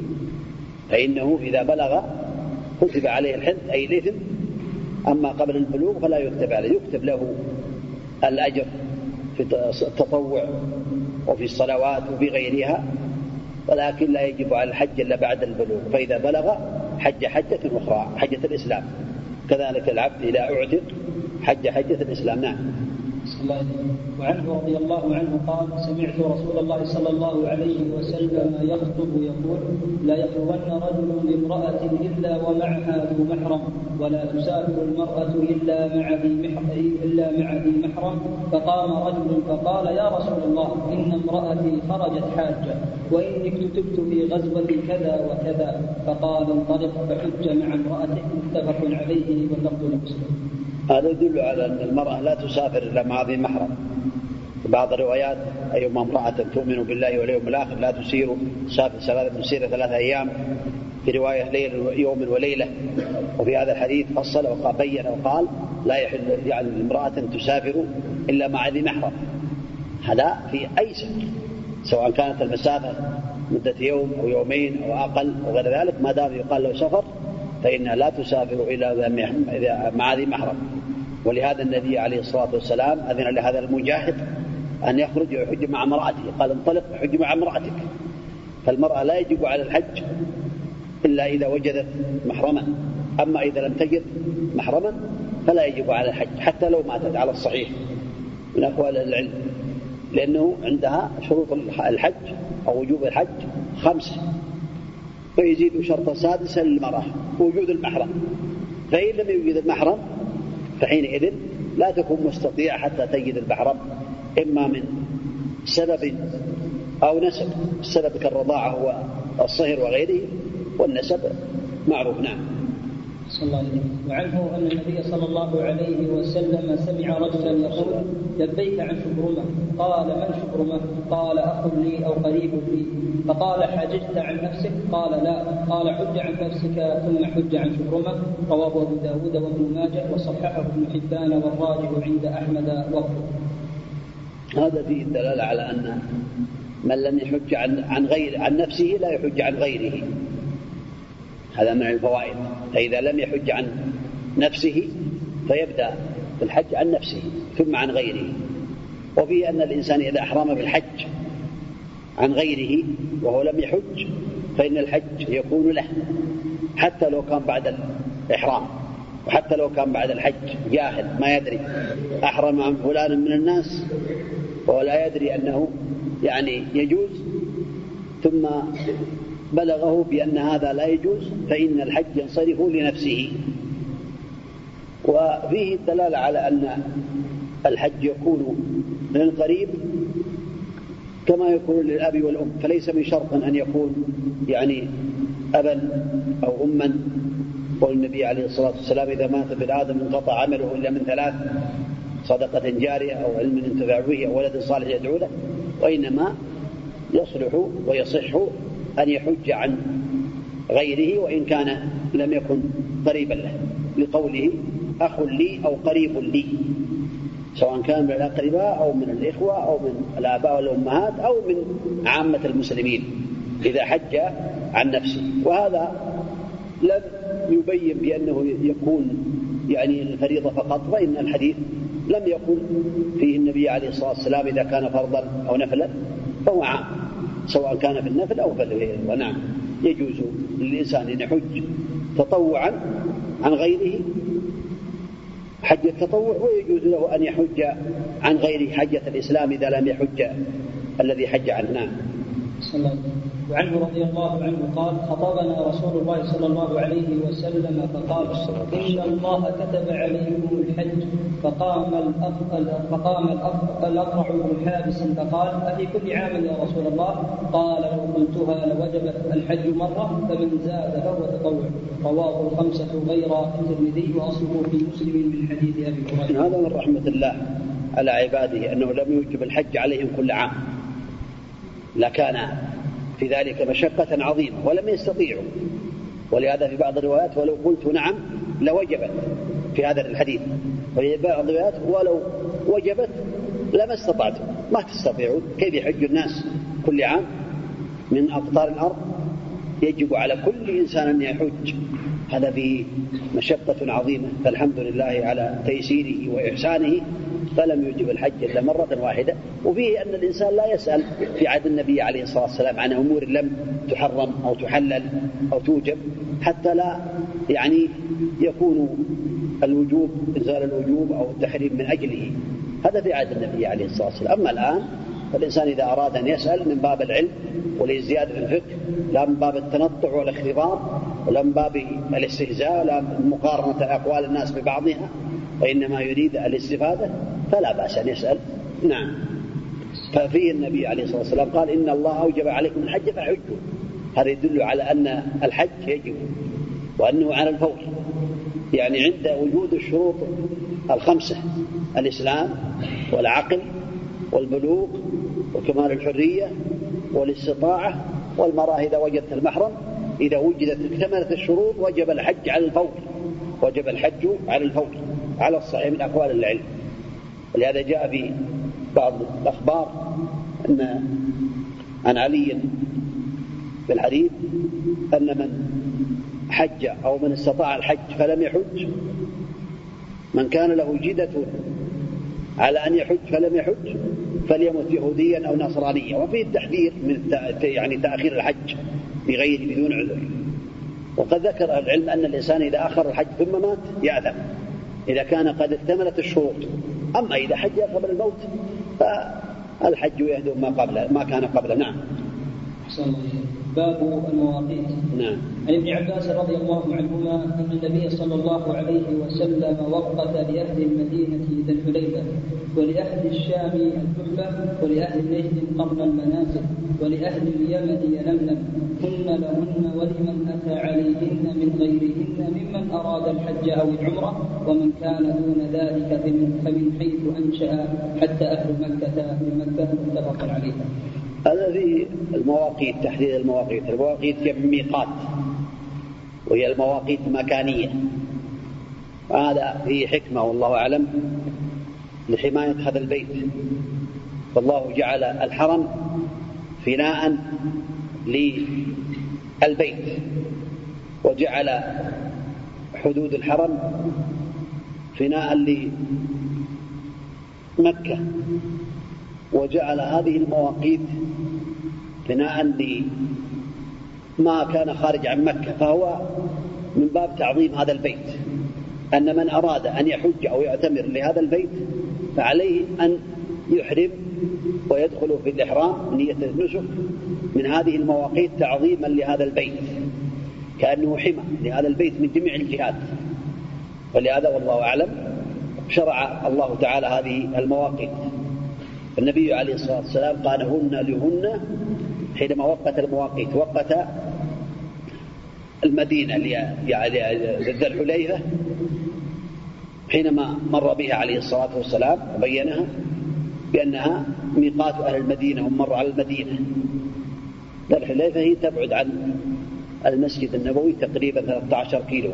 فإنه إذا بلغ كتب عليه الحلم أي الإثم. أما قبل البلوغ فلا يكتب عليه، يكتب له الأجر في التطوع وفي الصلوات وفي غيرها، ولكن لا يجب على الحج إلا بعد البلوغ. فإذا بلغ حج حجة أخرى، حجة الإسلام. كذلك العبد إذا أعتق حج حجة الإسلام. نعم. وعنه رضي الله عنه قال: سمعت رسول الله صلى الله عليه وسلم يخطب يقول: لا يخلون رجل بامرأة إلا ومعها ذو محرم، ولا تسافر المرأة إلا مع ذي محرم. فقام رجل فقال: يا رسول الله، إن امرأتي خرجت حاجة، وإني كتبت في غزوة كذا وكذا. فقال: انطلق فحج مع امرأتك. متفق عليه واللفظ لمسلم. هذا يدل على أن المرأة لا تسافر إلا مع ذي محرم. في بعض الروايات: أيما امرأة تؤمن بالله واليوم الآخر لا تسير مسيرة 3 أيام. في رواية يوم وليلة. وفي هذا الحديث فصل وبين وقال: لا يحل يعني امرأة تسافر إلا مع ذي محرم. هذا في أي سفر، سواء كانت المسافة مدة يوم أو يومين أو أقل وغير ذلك، ما دام يقال له سفر فإنها لا تسافر إلا مع ذي محرم. ولهذا النبي عليه الصلاة والسلام أذن لهذا المجاهد أن يخرج ويحج مع امرأته، قال: انطلق وحج مع امرأتك. فالمرأة لا يجب على الحج إلا إذا وجدت محرما. أما إذا لم تجد محرما فلا يجب على الحج حتى لو ماتت، على الصحيح من أقوال العلم، لأنه عندها شروط الحج أو وجوب الحج 5، ويزيد شرطا سادسا للمرأة وجود المحرم. فإن لم يوجد المحرم فحينئذ لا تكون مستطيعة حتى تجد المحرم، إما من سبب أو نسب. السبب كالرضاعة والصهر وغيره، والنسب معروف. نعم. وعنه أن النبي صلى الله عليه وسلم سمع رجلا يقول: لبيك عن شبرمة. قال: من شبرمة؟ قال: أخ لي أو قريب لي. فقال: حججت عن نفسك؟ قال: لا. قال: حج عن نفسك ثم حج عن شبرمة. رواه أبو داود وابن ماجه وصححه ابن حبان، والراجح عند أحمد وغيره. هذا فيه الدلالة على أن من لم يحج عن نفسه لا يحج عن غيره. هذا من الفوائد. فإذا لم يحج عن نفسه فيبدأ بالحج عن نفسه ثم عن غيره. وفيه أن الإنسان إذا أحرم بالحج عن غيره وهو لم يحج فإن الحج يكون له، حتى لو كان بعد الإحرام، وحتى لو كان بعد الحج جاهل ما يدري، أحرم عن فلان من الناس ولا يدري أنه يعني يجوز، ثم بلغه بأن هذا لا يجوز، فإن الحج ينصرف لنفسه. وفيه الدلالة على أن الحج يكون للقريب كما يكون للأب والأم، فليس من شرط أن يكون يعني أبا أو أما. والنبي عليه الصلاة والسلام: إذا مات ابن آدم انقطع عمله إلا من 3: صدقة جارية أو علم ينتفع به أو ولد صالح يدعو له، وإنما يصلح ويصح أن يحج عن غيره وإن كان لم يكن قريبا له، لقوله أخ لي أو قريب لي، سواء كان من الأقرباء أو من الإخوة أو من الآباء والأمهات أو من عامة المسلمين إذا حج عن نفسه. وهذا لم يبين بأنه يكون يعني الفريضة فقط، وإن الحديث لم يقل فيه النبي عليه الصلاة والسلام إذا كان فرضا أو نفلا، فهو عام سواء كان في النفل أو في الغير. ونعم يجوز للإنسان أن يحج تطوعا عن غيره حج التطوع، ويجوز له أن يحج عن غيره حجة الإسلام إذا لم يحج الذي حج عنه. نعم. وعنه رضي الله عنه قال: خطبنا رسول الله صلى الله عليه وسلم فقال: إن الله كتب عليكم الحج. فقام الأقرع بن حابس فقال: أفي كل عام يا رسول الله؟ قال: لو قلتها لوجبت الحج مرة، فمن زاد فهو تطوع. رواه الخمسة غير الترمذي، وأصله في مسلم من حديث أبي هريرة. هذا من رحمة الله على عباده أنه لم يوجب الحج عليهم كل عام، لكان في ذلك مشقة عظيمة ولم يستطيعوا، ولهذا في بعض الروايات ولو قلت نعم لوجبت في هذا الحديث، وفي بعض الروايات ولو وجبت لما استطعتم. ما تستطيعون، كيف يحج الناس كل عام من أقطار الأرض؟ يجب على كل إنسان أن يحج، هذا فيه مشقة عظيمة، فالحمد لله على تيسيره وإحسانه، فلم يجب الحج إلا مرة واحدة. وفيه أن الإنسان لا يسأل في عهد النبي عليه الصلاة والسلام عن أمور لم تحرم أو تحلل أو توجب، حتى لا يعني يكون الوجوب إنزال الوجوب أو التحريم من أجله، هذا في عهد النبي عليه الصلاة والسلام. أما الآن فالإنسان إذا أراد أن يسأل من باب العلم ولزيادة الفقه، لا من باب التنطع والاختبار، ولا من باب الاستهزاء، ولا من مقارنة أقوال الناس ببعضها، وإنما يريد الاستفادة، فلا بأس أن يسأل. نعم. ففيه النبي عليه الصلاة والسلام قال: إن الله أوجب عليكم الحج فحجوا. هذا يدل على أن الحج يجب وأنه على الفور، يعني عند وجود الشروط الخمسة: الإسلام والعقل والبلوغ وكمال الحرية والاستطاعة والمرأة إذا وجدت المحرم. إذا وجدت اكتملت الشروط وجب الحج على الفور، وجب الحج على الفور على الصحيح من أقوال العلم. ولهذا جاء في بعض الأخبار أن عن علي في الحديث أن من حج أو من استطاع الحج فلم يحج، من كان له جدة على أن يحج فلم يحج فليمت يهوديا أو نصرانيا. وفيه التحذير من يعني تأخير الحج بدون عذر. وقد ذكر العلم أن الإنسان إذا أخر الحج ثم مات يأثم إذا كان قد اكتملت الشروط. أما إذا حج قبل الموت فالحج يهدم ما كان قبله. نعم. باب المواقيت. نعم. عن ابن عباس رضي الله عنهما أن النبي صلى الله عليه وسلم وقت لأهل المدينة ذي الحليفة، ولأهل الشام الجحفة، ولأهل نجد قرن المنازل، ولأهل اليمن يلملم، هن لهن ولمن أتى عليهن من غيرهن ممن أراد الحج أو العمرة، ومن كان دون ذلك فمن حيث أنشأ حتى أهل مكة من مكة. متفق عليه. هذا في المواقيت، تحديد المواقيت. المواقيت ميقات، وهي المواقيت مكانية. هذا فيه حكمة والله أعلم لحماية هذا البيت. فالله جعل الحرم فناء للبيت، وجعل حدود الحرم فناء لمكة، وجعل هذه المواقيت بناء لما كان خارج عن مكة. فهو من باب تعظيم هذا البيت، أن من أراد أن يحج أو يعتمر لهذا البيت فعليه أن يحرم ويدخل في الإحرام نية النسك من هذه المواقيت تعظيما لهذا البيت، كأنه حمى لهذا البيت من جميع الجهات. ولهذا والله أعلم شرع الله تعالى هذه المواقيت. النبي عليه الصلاة والسلام قال: هن لهن حينما وقت المواقيت. وقت المدينة ذي الحليفة حينما مر بها عليه الصلاة والسلام وبينها بأنها ميقات أهل المدينة، ومر على المدينة. ذو الحليفة هي تبعد عن المسجد النبوي تقريبا 13 كيلو.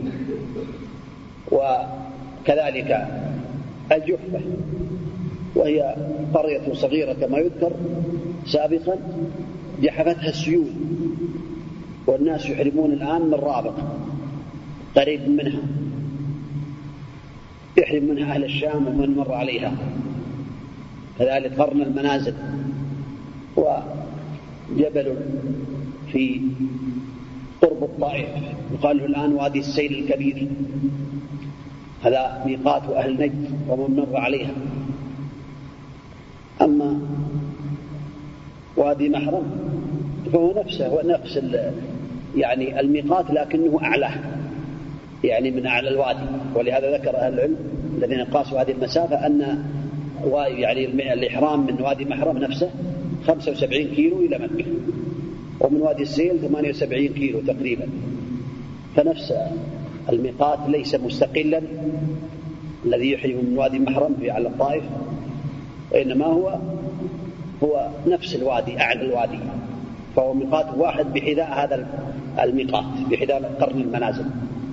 وكذلك الجحفة، وهي قرية صغيرة كما يذكر سابقا، جحفتها السيول، والناس يحرمون الآن من رابغ قريب منها، يحرم منها أهل الشام ومن مر عليها. كذلك قرن المنازل، وجبل في قرب الطائف يقال له الآن وادي السيل الكبير، هذا ميقات أهل نجد ومن مر عليها. أما وادي محرم فهو نفس يعني الميقات، لكنه أعلاه، يعني من أعلى الوادي. ولهذا ذكر أهل العلم الذين قاسوا هذه المسافة أن يعني الإحرام من وادي محرم نفسه 75 كيلو إلى مكة، ومن وادي السيل 78 كيلو تقريبا. فنفس الميقات ليس مستقلا الذي يحرم من وادي محرم في على الطائف، وإنما هو نفس الوادي، أعلى الوادي، فهو ميقات واحد بحذاء هذا الميقات، بحذاء قرن المنازل.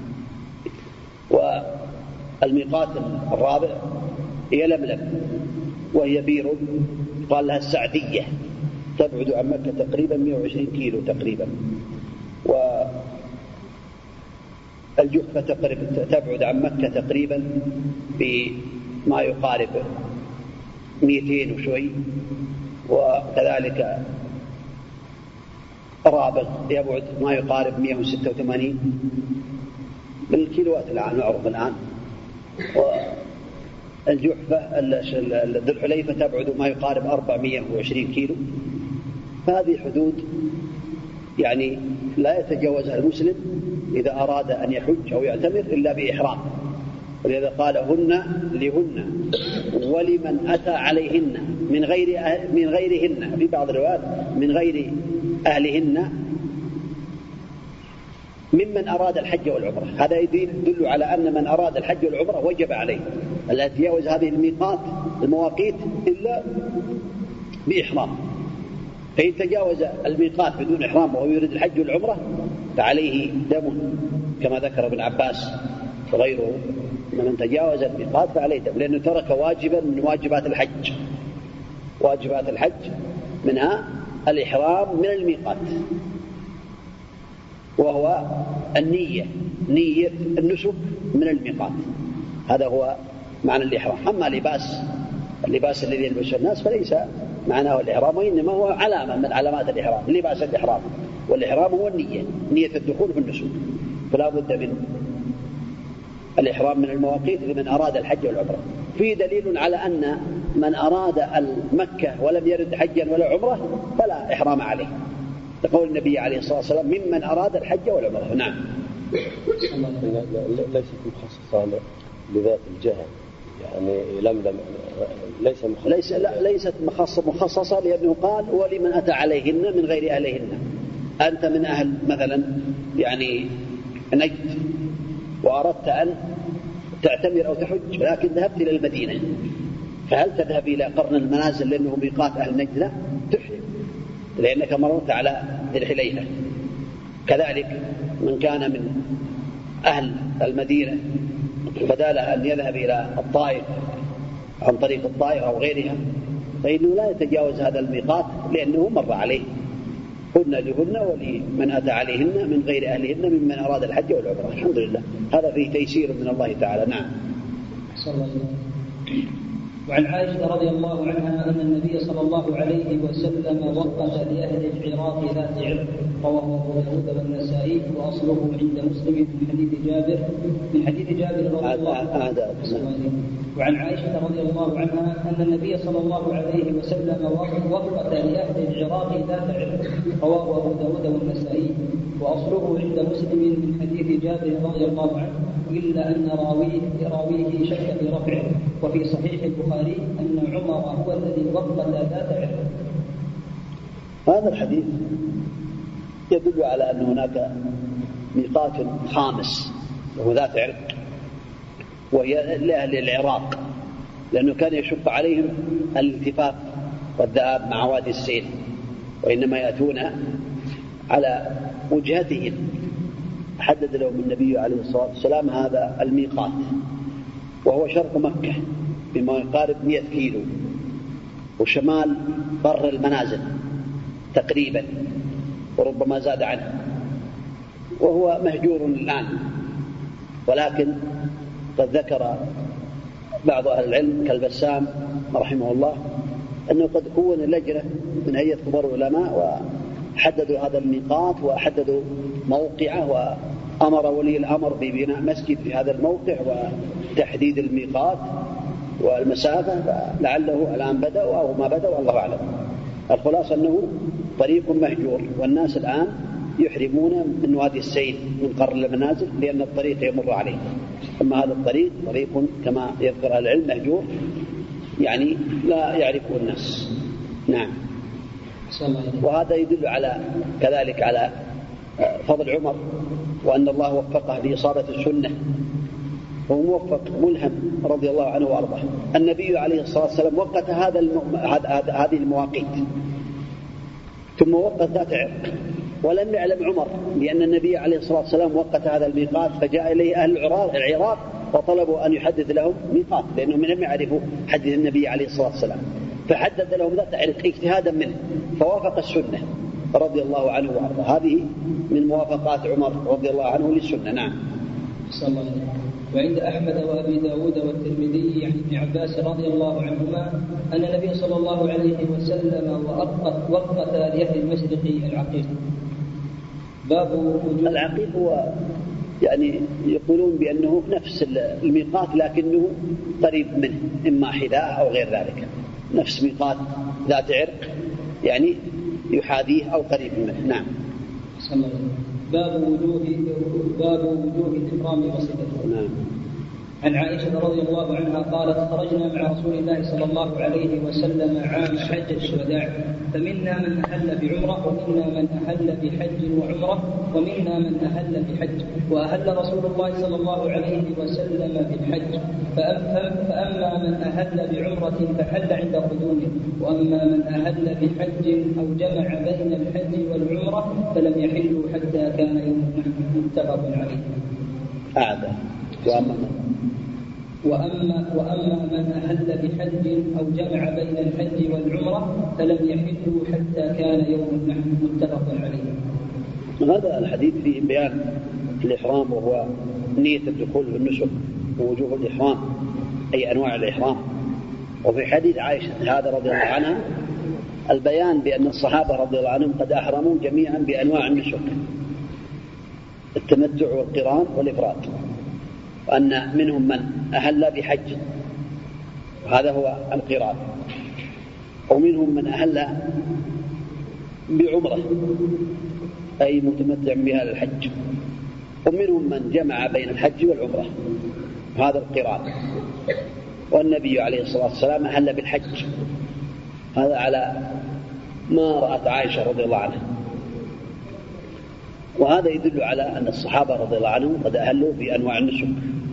والميقات الرابع هي لملم، وهي بير قال لها السعدية، تبعد عن مكة تقريبا 120 كيلو تقريبا. والجحفة تبعد عن مكة تقريبا بما يقارب 200 وشوي. وكذلك رابغ يبعد ما يقارب 186 بالكيلوات الآن معروف الآن. والجحفة ذو الحليفة تبعد ما يقارب 420 كيلو. فهذه حدود يعني لا يتجاوزها المسلم إذا أراد أن يحج أو يعتمر إلا بإحرام. ولذا قال هن لهن ولمن أتى عليهن من غيرهن، في بعض الروايات من غير أهلهن ممن أراد الحج والعمرة. هذا يدل على أن من أراد الحج والعمرة وجب عليه ألا يتجاوز هذه المواقيت إلا بإحرام. فإن تجاوز الميقات بدون إحرام وهو يريد الحج والعمرة فعليه دم، كما ذكر ابن عباس وغيره، من تجاوز الميقات فعليه دم، لأنه ترك واجبا من واجبات الحج. واجبات الحج منها الإحرام من الميقات، وهو نية النسك من الميقات. هذا هو معنى الإحرام. أما اللباس الذي يلبسه الناس فليس معناه الإحرام، وإنما هو علامة من علامات الإحرام، لباس الإحرام. والإحرام هو نية الدخول في النسك. فلا بد من الإحرام من المواقيت لمن أراد الحج والعمرة. فيه دليل على أن من أراد مكة ولم يرد حجا ولا عمرة فلا إحرام عليه، لقول النبي عليه الصلاة والسلام ممن أراد الحج والعمرة. نعم. ليست مخصصة لذات الجهة، يعني لملم ليست مخصصة، لأنه قال ولمن أتى عليهن من غير أهلهن. أنت من أهل مثلا يعني نجد وأردت أن تعتمر أو تحج، لكن ذهبت إلى المدينة، فهل تذهب إلى قرن المنازل لأنه ميقات أهل نجد؟ لا، تحرم لأنك مررت على ذي الحليفة. كذلك من كان من أهل المدينة بدال أن يذهب إلى الطائف عن طريق الطائف أو غيرها فإنه لا يتجاوز هذا الميقات لأنه مر عليه. هن لهن ولمن أتى عليهن من غير أهلهن ممن أراد الحج والعمرة. الحمد لله، هذا فيه تيسير من الله تعالى. نعم. وعن عائشة رضي الله عنها أن النبي صلى الله عليه وسلم وقف لأهل العراق ذات عرق، رواه أبو داود والنسائي، وأصله عند مسلم من حديث جابر رضي الله عنه. وعن عائشة رضي الله عنها أن النبي صلى الله عليه وسلم وقف لأهل العراق ذات عرق، رواه أبو داود والنسائي، وأصله عند مسلم من حديث جابر رضي الله عنه، إلا أن راويه شك في رفعه. وفي صحيح البخاري أن عمر هو الذي وقف ذات عرق. هذا الحديث يدل على أن هناك ميقات خامس وهو ذات عرق، وهي لأهل العراق، لأنه كان يشق عليهم الالتفاف والذهاب مع وادي السيل، وإنما يأتون على وجهتهم. حدد لهم النبي عليه الصلاة والسلام هذا الميقات، وهو شرق مكة بما يقارب 100 كيلو، وشمال بر المنازل تقريبا، وربما زاد عنه، وهو مهجور الآن. ولكن قد ذكر بعض أهل العلم كالبسام رحمه الله أنه قد كون لجنة من هيئة كبار العلماء وحددوا هذا الميقات وحددوا موقعه، وأمر ولي الأمر ببناء مسجد في هذا الموقع وتحديد الميقات والمسافة، لعله الآن بدأوا أو ما بدأوا الله أعلم. الخلاصة أنه طريق مهجور، والناس الآن يحرمون من وادي السيل من قرن المنازل لأن الطريق يمر عليه. أما هذا الطريق طريق كما يذكر العلم مهجور، يعني لا يعرفه الناس. نعم. وهذا يدل على كذلك على فضل عمر، وأن الله وفقه لإصابة السنة، هو موفق ملهم رضي الله عنه وأرضاه. النبي عليه الصلاة والسلام وقت هذه المواقيت، ثم وقت ذات عرق، ولم يعلم عمر لأن النبي عليه الصلاة والسلام وقت هذا الميقات، فجاء إليه أهل العراق وطلبوا أن يحدد لهم ميقات، لأنهم لم يعرفوا حديث النبي عليه الصلاة والسلام، فحدد لهم ذات عرق اجتهادا منه، فوافق السنة رضي الله عنه وأرضاه. هذه من موافقات عمر رضي الله عنه للسنة. نعم. صلى الله عليه وسلم. وعند أحمد وأبي داود والترمذي عن ابن عباس رضي الله عنهما أن النبي صلى الله عليه وسلم وقت لأهل المشرق العقيق. باب العقيق هو يعني يقولون بأنه نفس الميقات لكنه قريب منه، إما حذاء أو غير ذلك، نفس ميقات ذات عرق يعني يحاذيه أو قريب منه. نعم. صلى الله عليه وسلم. باب وجوه الإحرام وصفته. نعم. عن عائشة رضي الله عنها قالت: خرجنا مع رسول الله صلى الله عليه وسلم عام حجة الوداع، فمنا من أهل بعمرة، ومنا من أهل بحج وعمرة، ومنا من أهل بحج، وأهل رسول الله صلى الله عليه وسلم بالحج، فأما من أهل بعمرة فحل عند قدومه، وأما من أهل بحج أو جمع بين الحج والعمرة فلم يحلوا حتى كان يوم النحر، متفق عليه. وأما من أهل بحج أو جمع بين الحج والعمرة فلم يحلوا حتى كان يوم النحر، متفق عليه. هذا الحديث فيه بيان الإحرام، وهو نية الدخول في النسك ووجوب الإحرام أي أنواع الإحرام. وفي حديث عائشة هذا رضي الله عنها البيان بأن الصحابة رضي الله عنهم قد أحرموا جميعا بأنواع النسك، التمتع والقران والإفراد، وأن منهم من أهل بحج هذا هو القران، ومنهم من أهل بعمرة أي متمتع بها للحج، ومنهم من جمع بين الحج والعمرة هذا القران. والنبي عليه الصلاة والسلام أهل بالحج، هذا على ما رأت عائشة رضي الله عنها. وهذا يدل على أن الصحابة رضي الله عنهم قد أهلوا بأنواع النسك،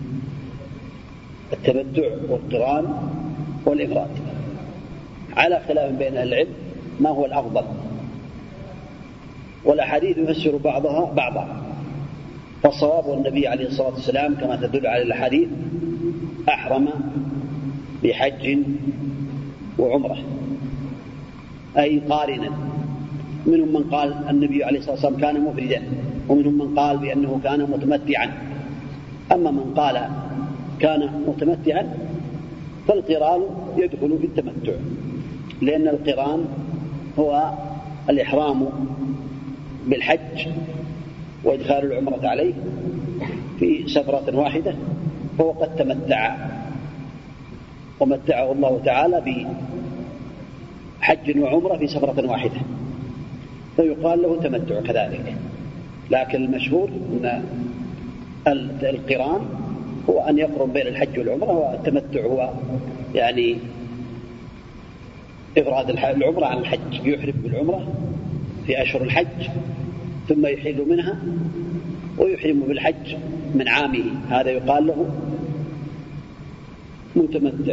التمتع والقران والإفراد، على خلاف بين أهل العلم ما هو الأفضل، والأحاديث يفسر بعضها بعضا. فالصواب النبي عليه الصلاة والسلام كما تدل على الأحاديث أحرم بحج وعمرة أي قارنا. منهم من قال النبي عليه الصلاة والسلام كان مفردا، ومنهم من قال بأنه كان متمتعا. أما من قال كان متمتعا فالقران يدخل في التمتع، لأن القران هو الإحرام بالحج وإدخال العمرة عليه في سفرة واحدة، فهو قد تمتع ومتعه الله تعالى بحج وعمرة في سفرة واحدة، فيقال له تمتع كذلك. لكن المشهور أن القران هو أن يقرن بين الحج والعمرة، والتمتع هو يعني إفراد العمرة عن الحج، يحرم بالعمرة في أشهر الحج ثم يحل منها، ويحرم بالحج من عامه، هذا يقال له متمتع.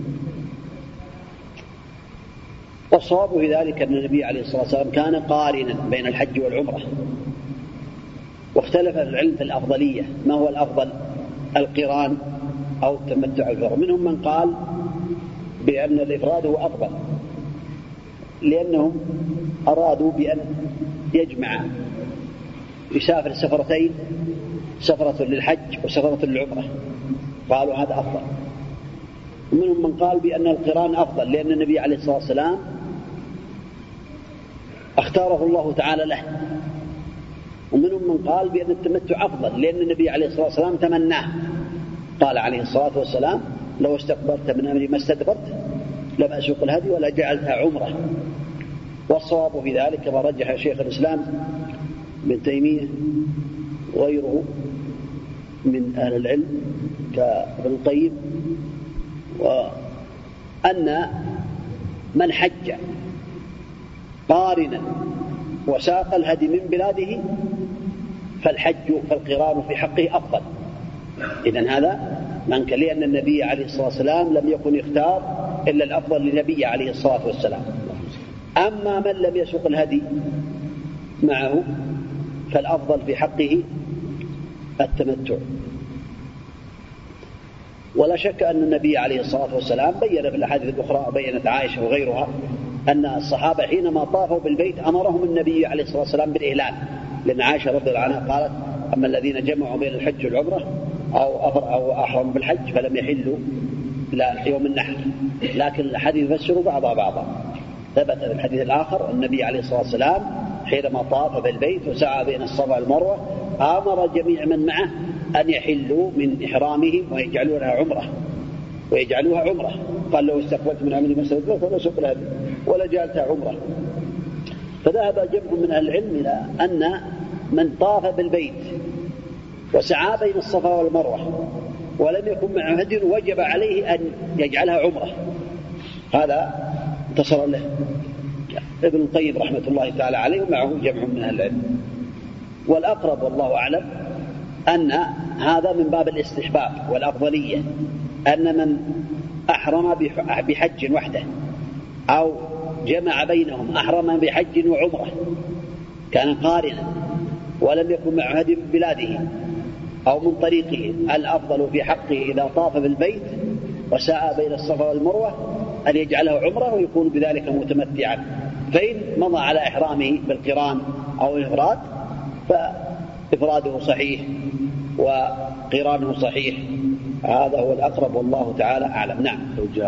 والصواب في ذلك أن النبي عليه الصلاة والسلام كان قارنا بين الحج والعمرة، واختلف العلم في الأفضلية، ما هو الأفضل، القران أو التمتع الإفراد. منهم من قال بأن الإفراد هو أفضل، لأنهم أرادوا بأن يجمع يسافر سفرتين، سفرة للحج وسفرة للعمرة، قالوا هذا أفضل. ومنهم من قال بأن القران أفضل، لأن النبي عليه الصلاة والسلام اختاره الله تعالى له. ومنهم من قال بأن التمتع أفضل، لأن النبي عليه الصلاة والسلام تمناه، قال عليه الصلاة والسلام: لو استقبلت من أمري ما استدبرت لم أسوق الهدي ولا جعلتها عمرة. والصواب في ذلك كما رجح شيخ الإسلام ابن تيمية وغيره من أهل العلم كابن القيم، وأن من حج قارنا وساق الهدي من بلاده فالقران في حقه أفضل. إذن هذا منك، لأن النبي عليه الصلاة والسلام لم يكن يختار إلا الأفضل للنبي عليه الصلاة والسلام. أما من لم يسوق الهدي معه فالأفضل في حقه التمتع. ولا شك أن النبي عليه الصلاة والسلام بين في الأحاديث الأخرى، بينت عائشة وغيرها، أن الصحابة حينما طافوا بالبيت أمرهم النبي عليه الصلاة والسلام بالإهلال، لأن عائشة رضي الله عنها قالت: أما الذين جمعوا بين الحج والعمرة أو أحرموا بالحج فلم يحلوا لا يوم النحر. لكن الحديث يفسر بعضها بعضا. ثبت في الحديث الآخر النبي عليه الصلاة والسلام حينما طاف بالبيت وسعى بين الصفا والمروة أمر جميع من معه أن يحلوا من إحرامهم ويجعلوها عمرة. قال: لو استقبلت من عملي ما استدبرت ولا سوق الهدي ولا جعلتها عمرة. فذهب جمع من أهل العلم إلى أن من طاف بالبيت وسعى بين الصفا والمروة ولم يكن معه هدي وجب عليه أن يجعلها عمرة. هذا انتصر له ابن القيم رحمة الله تعالى عليه ومعه جمع من أهل العلم. والأقرب والله أعلم أن هذا من باب الاستحباب والأفضلية، أن من أحرم بحج وحده أو جمع بينهم، أحرم بحج وعمرة كان قارنا ولم يكن معه هدي من بلاده أو من طريقه، الأفضل في حقه إذا طاف بالبيت وسعى بين الصفا والمروة أن يجعله عمرة ويكون بذلك متمتعا. فإن مضى على إحرامه بالقران أو الإفراد فإفراده صحيح وقرانه صحيح. هذا هو الأقرب والله تعالى أعلم. نعم.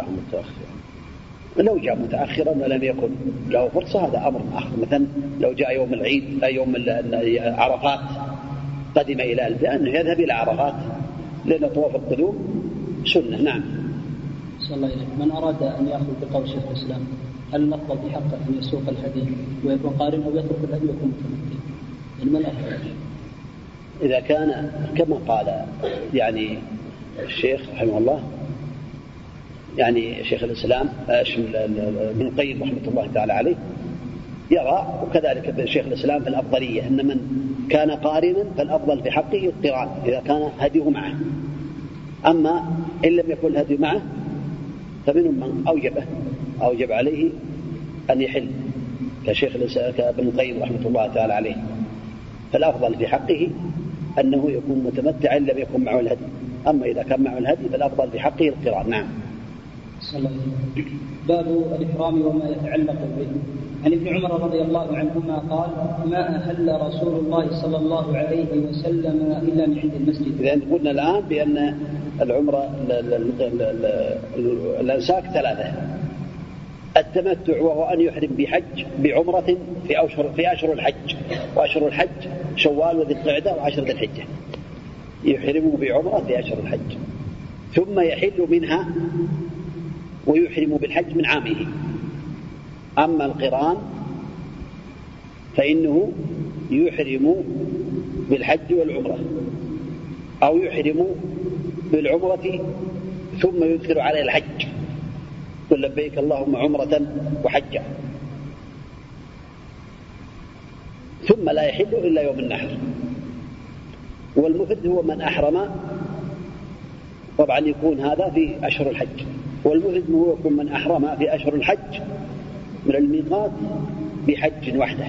لو جاء متأخرا ولم يكن له فرصة هذا أمر آخر. مثلا لو جاء يوم العيد يوم عرفات قدم إلى أنه يذهب إلى عرفات لأن طواف القدوم سنة. نعم. صلى الله عليه وسلم. من أراد أن يأخذ بقول شيخ الإسلام هل الأفضل في حقه أن يسوق الهدي ويكون قارن أو يترك الهدي ويكون متمتع؟ يعني ما الأفضل؟ إذا كان كما قال يعني الشيخ رحمه الله، يعني شيخ الإسلام ابن القيم رحمة الله تعالى عليه يرى، وكذلك شيخ الإسلام في الأفضلية، أن من كان قارنا فالأفضل في حقه القران إذا كان هديه معه. أما إن لم يكن الهدي معه فمنهم من أوجب عليه أن يحل كشيخ الإسلام كابن القيم رحمة الله تعالى عليه. فالأفضل في حقه أنه يكون متمتعا لم يكن معه الهدي. أما إذا كان معه الهدي فالأفضل في حقه القران. نعم. باب الإحرام وما يتعلق به. عن ابن عمر رضي الله عنهما قال: ما أهل رسول الله صلى الله عليه وسلم إلا من عند المسجد. إذن قلنا الآن بأن العمرة الأنساك ثلاثة: التمتع وهو أن يحرم بحج بعمرة في أشهر الحج، وأشهر الحج شوال وذي القعدة وعشر ذي الحجة، يحرم بعمرة في أشهر الحج، ثم يحل منها ويحرم بالحج من عامه. أما القران فإنه يحرم بالحج والعمرة أو يحرم بالعمرة ثم يدخل عليه الحج، قل لبيك اللهم عمرة وحجا، ثم لا يحل إلا يوم النحر. والمفرد هو من أحرم طبعا يكون هذا في أشهر الحج، والمفرد هو يكون من أحرم في أشهر الحج من الميقات بحج وحده،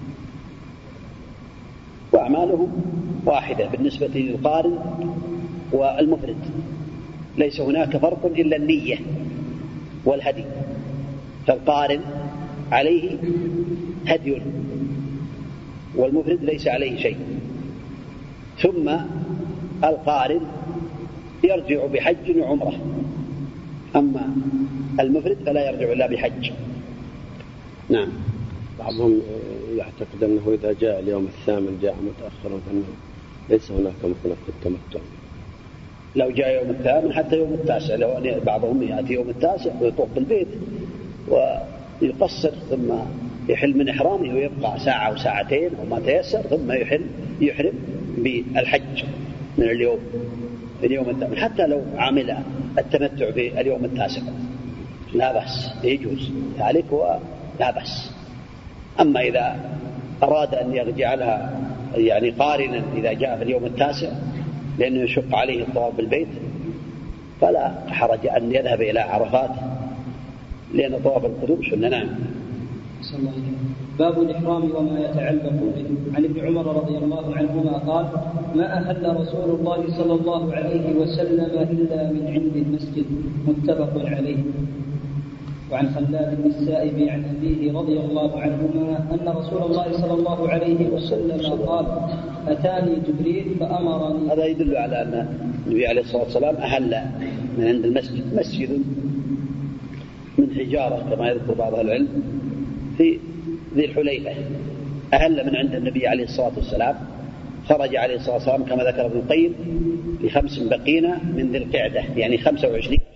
وأعمالهم واحدة بالنسبة للقارن والمفرد، ليس هناك فرق إلا النية والهدي. فالقارن عليه هدي والمفرد ليس عليه شيء، ثم القارن يرجع بحج وعمرة، أما المفرد فلا يرجع إلا بحج. نعم. بعضهم يعتقد أنه إذا جاء اليوم الثامن جاء متأخرا، فإنه ليس هناك مثلا في التمتع. لو جاء يوم الثامن حتى يوم التاسع، لو أن بعضهم يأتي يوم التاسع ويطوف بالبيت ويقصر ثم يحل من إحرامه ويبقى ساعة أو ساعتين أو ما تيسر، ثم يحرم بالحج من اليوم الثامن، حتى لو عمل التمتع في اليوم التاسع لا بأس، يجوز ذلك ولا بأس. أما إذا أراد أن يجعلها يعني قارنا إذا جاء في اليوم التاسع لأنه يشق عليه الطواف بالبيت، فلا حرج أن يذهب إلى عرفات، لأن طواف القدوم سنة. نعم. باب الإحرام وما يتعلق به. عن ابن عمر رضي الله عنهما قال: ما أهل رسول الله صلى الله عليه وسلم إلا من عند المسجد، متفق عليه. وعن خلاد بن السائب عن أبيه رضي الله عنهما أن رسول الله صلى الله عليه وسلم قال: أتاني جبريل فأمرني. هذا يدل على أن النبي عليه الصلاة والسلام أهل من عند المسجد، مسجد من حجارة كما يذكر بعض العلم في ذي الحليفة، أهل من عند النبي عليه الصلاة والسلام، خرج عليه الصلاة والسلام كما ذكر ابن القيم ب5 بقين من ذي القعدة، يعني 25